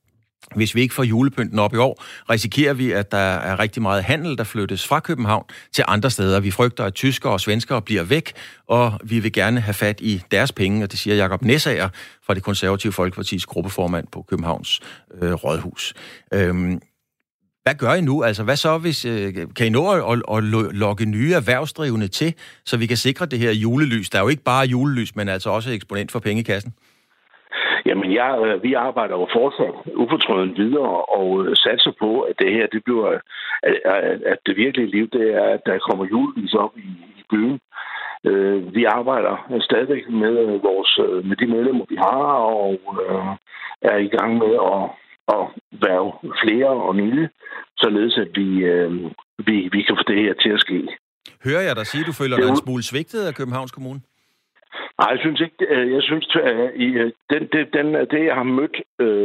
hvis vi ikke får julepynten op i år, risikerer vi, at der er rigtig meget handel, der flyttes fra København til andre steder. Vi frygter, at tyskere og svenskere bliver væk, og vi vil gerne have fat i deres penge, og det siger Jakob Næsager fra det konservative Folkepartis gruppeformand på Københavns Rådhus. Hvad gør I nu? Altså, hvad så, hvis kan I nå at lokke nye erhvervsdrivende til, så vi kan sikre det her julelys? Der er jo ikke bare julelys, men altså også eksponent for pengekassen. Jamen, vi arbejder jo fortsat ufortrødent videre og satser på, at det her, det bliver, at det virkelige liv, det er, at der kommer julelys op i byen. Vi arbejder stadigvæk med de medlemmer, vi har, og er i gang med at være flere og nye, således at vi kan få det her til at ske. Hører jeg dig sige, at du føler dig en smule svigtet af Københavns Kommune? Nej, jeg synes ikke. Jeg synes, det jeg har mødt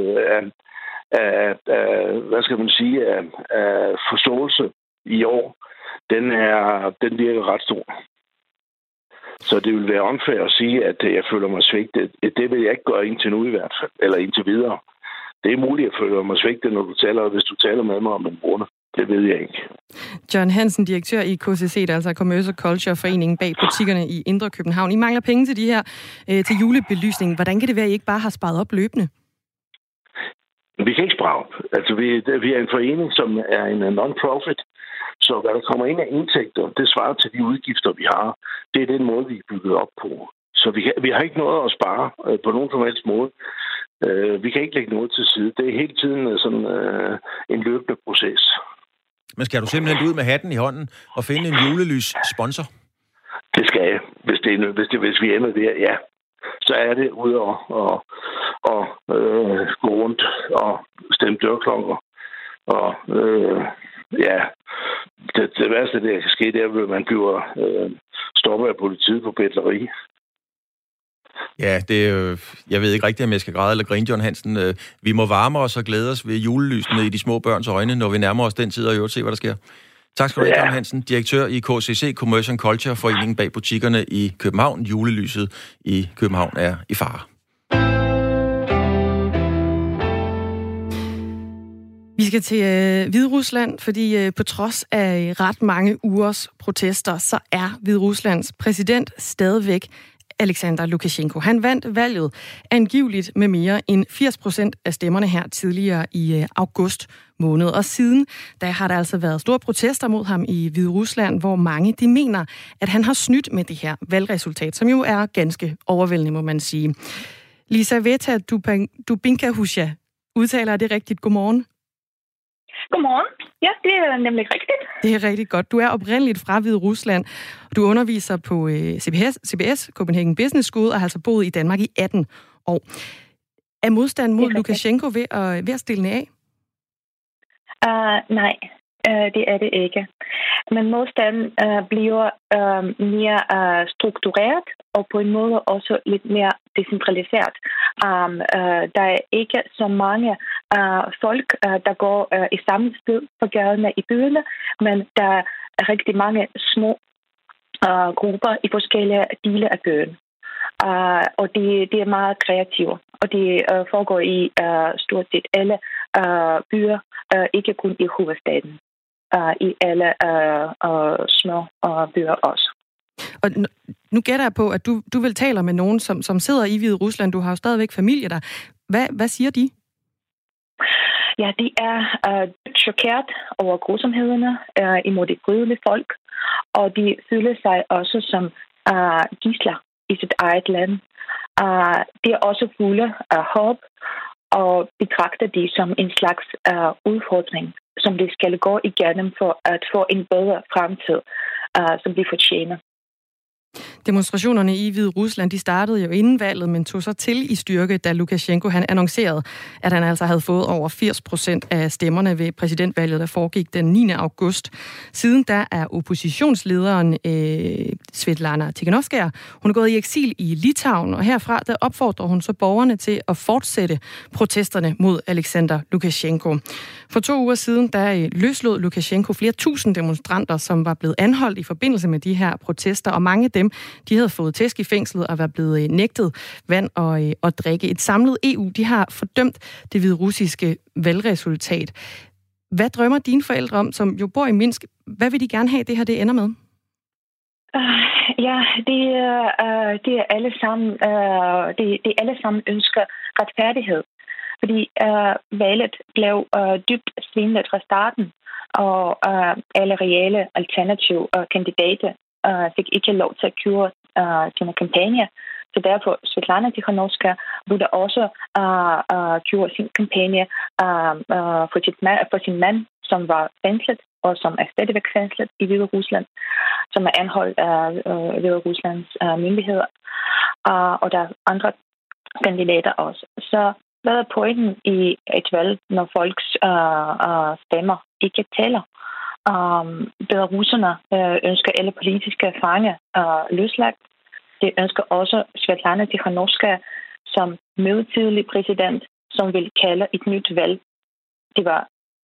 af hvad skal man sige, af forståelse i år, den virker ret stor. Så det vil være unfair at sige, at jeg føler mig svigtet. Det vil jeg ikke gøre indtil nu i hvert fald, eller indtil videre. Det er muligt, at jeg føler mig svigtet, hvis du taler med mig om en måned. Det ved jeg ikke. John Hansen, direktør i KCC, der altså Commerce Culture Foreningen bag butikkerne i Indre København. I mangler penge til de her til julebelysning. Hvordan kan det være, at I ikke bare har sparet op løbende? Vi kan ikke spare op. Altså, vi er en forening, som er en non-profit. Så hvad der kommer ind af indtægter, det svarer til de udgifter, vi har. Det er den måde, vi er bygget op på. Så vi har ikke noget at spare på nogen som helst måde. Vi kan ikke lægge noget til side. Det er hele tiden sådan en løbende proces. Men skal du simpelthen ud med hatten i hånden og finde en julelys-sponsor? Det skal jeg. Hvis vi ender der, ja. Så er det ud og gå rundt og stemme dørklokker. Og ja, det værste, der kan ske, det er, at man bliver stoppet af politiet på betleri. Ja, jeg ved ikke rigtigt, om jeg skal græde eller grine, John Hansen. Vi må varme os og glæde os ved julelysene i de små børns øjne, når vi nærmer os den tid, og i øvrigt se, hvad der sker. Tak skal du have, John Hansen, direktør i KCC, Commerce Culture Foreningen bag butikkerne i København. Julelyset i København er i fare. Vi skal til Hviderusland, fordi på trods af ret mange ugers protester, så er Hvideruslands præsident stadigvæk Alexander Lukashenko. Han vandt valget angiveligt med mere end 80% af stemmerne her tidligere i august måned. Og siden da har der altså været store protester mod ham i Hviderusland, hvor mange de mener, at han har snydt med det her valgresultat, som jo er ganske overvældende, må man sige. Lisaveta Dubinkahusha, udtaler det rigtigt? Godmorgen. Godmorgen. Ja, det er nemlig rigtigt. Det er rigtig godt. Du er oprindeligt fra Hviderusland. Du underviser på CBS, Copenhagen Business School, og har altså boet i Danmark i 18 år. Er modstanden mod Lukashenko ved at stille af? Nej, det er det ikke. Men modstanden bliver mere struktureret og på en måde også lidt mere decentraliseret. Der er ikke så mange folk, der går i samme sted på gaderne i byerne, men der er rigtig mange små grupper i forskellige dele af byen. Og det er meget kreativt, og det foregår i stort set alle byer, ikke kun i hovedstaden. I alle små byer også. Og nu gætter jeg på, at du vil tale med nogen, som sidder i Hviderusland. Du har jo stadigvæk familie der. Hvad siger de? Ja, de er chokeret over grusomhederne imod det brydelige folk, og de føler sig også som gidsler i sit eget land. De er også fulde af håb, og betragter de som en slags udfordring, som de skal gå igennem for at få en bedre fremtid, som de fortjener. Demonstrationerne i Hviderusland, de startede jo inden valget, men tog så til i styrke, da Lukashenko han annoncerede, at han altså havde fået over 80% af stemmerne ved præsidentvalget, der foregik den 9. august. Siden da er oppositionslederen Svetlana Tikhanovskaja, hun er gået i eksil i Litauen, og herfra der opfordrer hun så borgerne til at fortsætte protesterne mod Alexander Lukashenko. For 2 uger siden, der løslod Lukashenko flere tusind demonstranter, som var blevet anholdt i forbindelse med de her protester, og mange af dem, De havde fået tæsk i fængslet og var blevet nægtet vand og drikke. Et samlet EU, de har fordømt det hviderussiske valgresultat. Hvad drømmer dine forældre om, som jo bor i Minsk? Hvad vil de gerne have, det her det ender med? Ja, det er alle sammen, det alle sammen ønsker retfærdighed. Fordi valget blev dybt svindlet fra starten, og alle reelle alternative kandidater fik ikke lov til at køre sine kampagner. Så derfor Svetlana Tikhanovskaya burde også køre sin kampagne for sin mand, som var fængslet, og som er stadigvæk fængslet i Hvide Rusland, som er anholdt af Hvide Ruslands myndigheder. Og der er andre kandidater også. Så hvad er pointen i et valg, når folks stemmer ikke tæller? Belaruserne ønsker alle politiske fanger løsladt. De ønsker også Svetlana Tikhanovskaya som midlertidig præsident, som vil kalde et nyt valg. Det var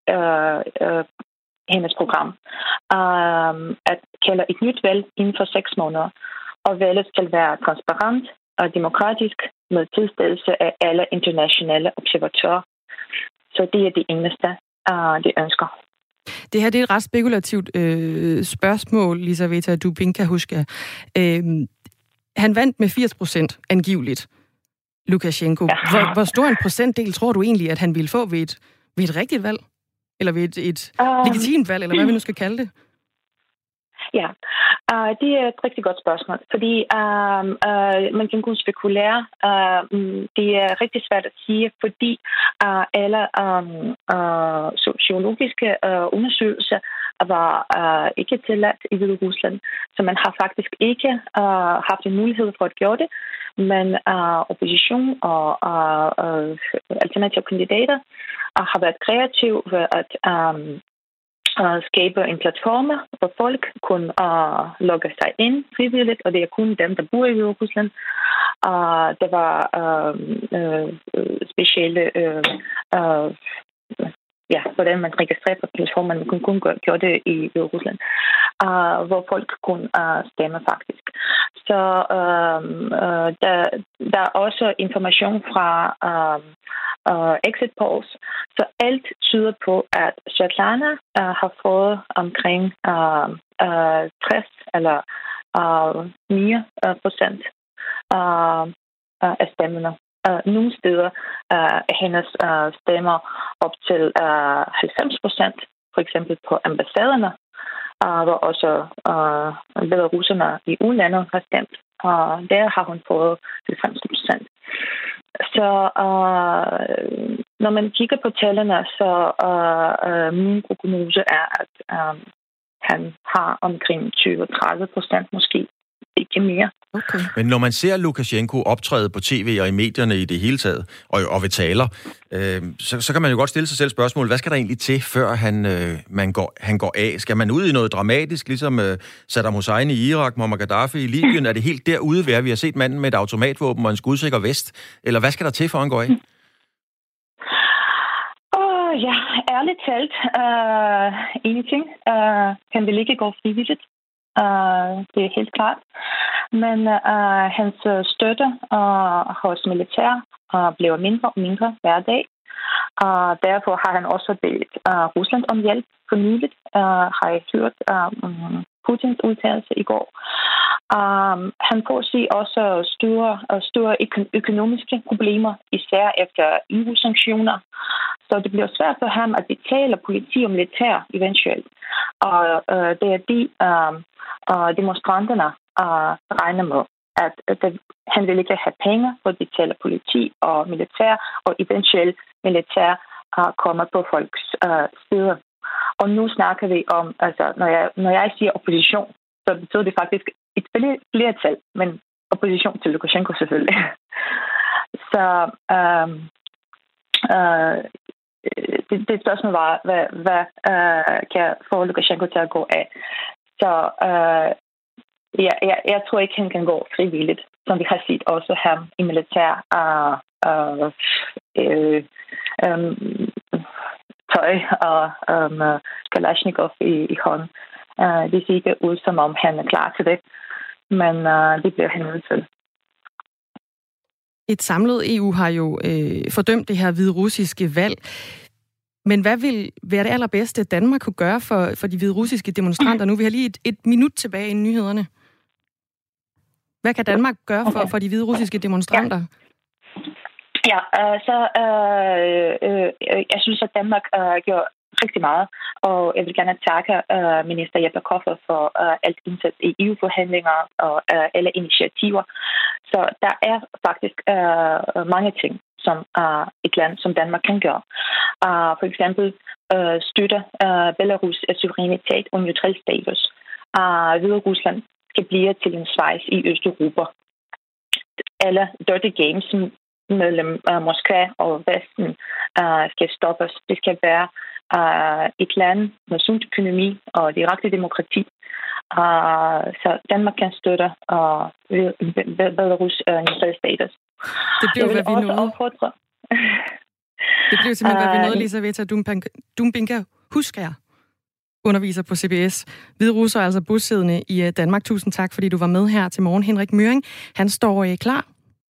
hendes program. At kalde et nyt valg inden for 6 måneder. Og valget skal være transparent og demokratisk med tilstedelse af alle internationale observatører. Så det er det eneste, de ønsker. Det her det er et ret spekulativt spørgsmål, Lizaveta Dubinka-Huska. Han vandt med 80% angiveligt, Lukashenko. Hvor stor en procentdel tror du egentlig, at han ville få ved et rigtigt valg? Eller ved et legitimt valg, eller hvad vi nu skal kalde det? Ja, det er et rigtig godt spørgsmål, fordi man kan kun spekulere. Det er rigtig svært at sige, fordi alle sociologiske undersøgelser var ikke tilladt i Hvide Rusland, så man har faktisk ikke haft en mulighed for at gøre det, men opposition og alternative kandidater har været kreative ved at skabe en platform, hvor folk kunne logge sig ind frivilligt, og det er kun dem, der bor i Hvide Rusland. Der var specielle hvordan man registrerer på platformen. Man kunne kun gøre det i Hvide Rusland, hvor folk kunne stemme faktisk. Så der er også information fra exit polls. Så alt tyder på, at Svetlana har fået omkring 60 eller 9% af stemmerne. Nogle steder er hendes stemmer op til 90%, for eksempel på ambassaderne, hvor også belaruserne i udlandet har stemt. Der har hun fået 90%. Så når man kigger på tallene, så min prognose er, at han har omkring 20-30% måske. Ikke mere. Okay. Men når man ser Lukashenko optræde på tv og i medierne i det hele taget, og ved taler, så kan man jo godt stille sig selv spørgsmål, hvad skal der egentlig til, før han går af? Skal man ud i noget dramatisk, ligesom Saddam Hussein i Irak, Muammar Gaddafi i Libyen? Er det helt derude ved, at vi har set manden med et automatvåben og en skudsikker vest? Eller hvad skal der til, for han går af? Ja, ærligt talt, ingenting. Han vil ikke gå frivilligt. Det er helt klart. Men hans støtte hos militær bliver mindre og mindre hver dag. Derfor har han også bedt Rusland om hjælp for nyligt. Har jeg hørt Putins udtalelse i går. Han får sig også store økonomiske problemer, især efter EU-sanktioner. Så det bliver svært for ham at betale politi og militær eventuelt. Og det er de demonstranterne regner med, at han vil ikke have penge for at betale politi og militær, og eventuelt militær kommer på folks side. Og nu snakker vi om, altså når jeg siger opposition, så betyder det faktisk et flertal, men opposition til Lukashenko selvfølgelig. Så det spørgsmål var, hvad kan få Lukashenko til at gå af. Så jeg tror ikke, han kan gå frivilligt, som vi har set også ham i militær tøj og Kalashnikov i hånden. Det ser ikke ud, som om han er klar til det. men det bliver han nødt til. Et samlet EU har jo fordømt det her hviderussiske valg. Men hvad vil være det allerbedste, Danmark kunne gøre for de hviderussiske demonstranter nu? Vi har lige et minut tilbage i nyhederne. Hvad kan Danmark gøre for de hviderussiske demonstranter? Ja, jeg synes, at Danmark gør rigtig meget, og jeg vil gerne takke minister Jeppe Kofod for alt indsats i EU-forhandlinger og alle initiativer. Så der er faktisk mange ting, som et land som Danmark kan gøre. For eksempel støtte Belarus' suverænitet og neutral status. Hviderusland skal blive til en Schweiz i Østeuropa. Alle dirty games mellem Moskva og Vesten skal stoppes. Det skal være et land med sund økonomi og direkte demokrati. Så Danmark kan støtte Belarus' neutral status. Det blev, hvad vi nåede. Det blev simpelthen, hvad vi nåede, Elisaveta Dumbinka. Husk jer, underviser på CBS. Hviderusser er altså bosiddende i Danmark. Tusind tak, fordi du var med her til morgen. Henrik Møring, han står klar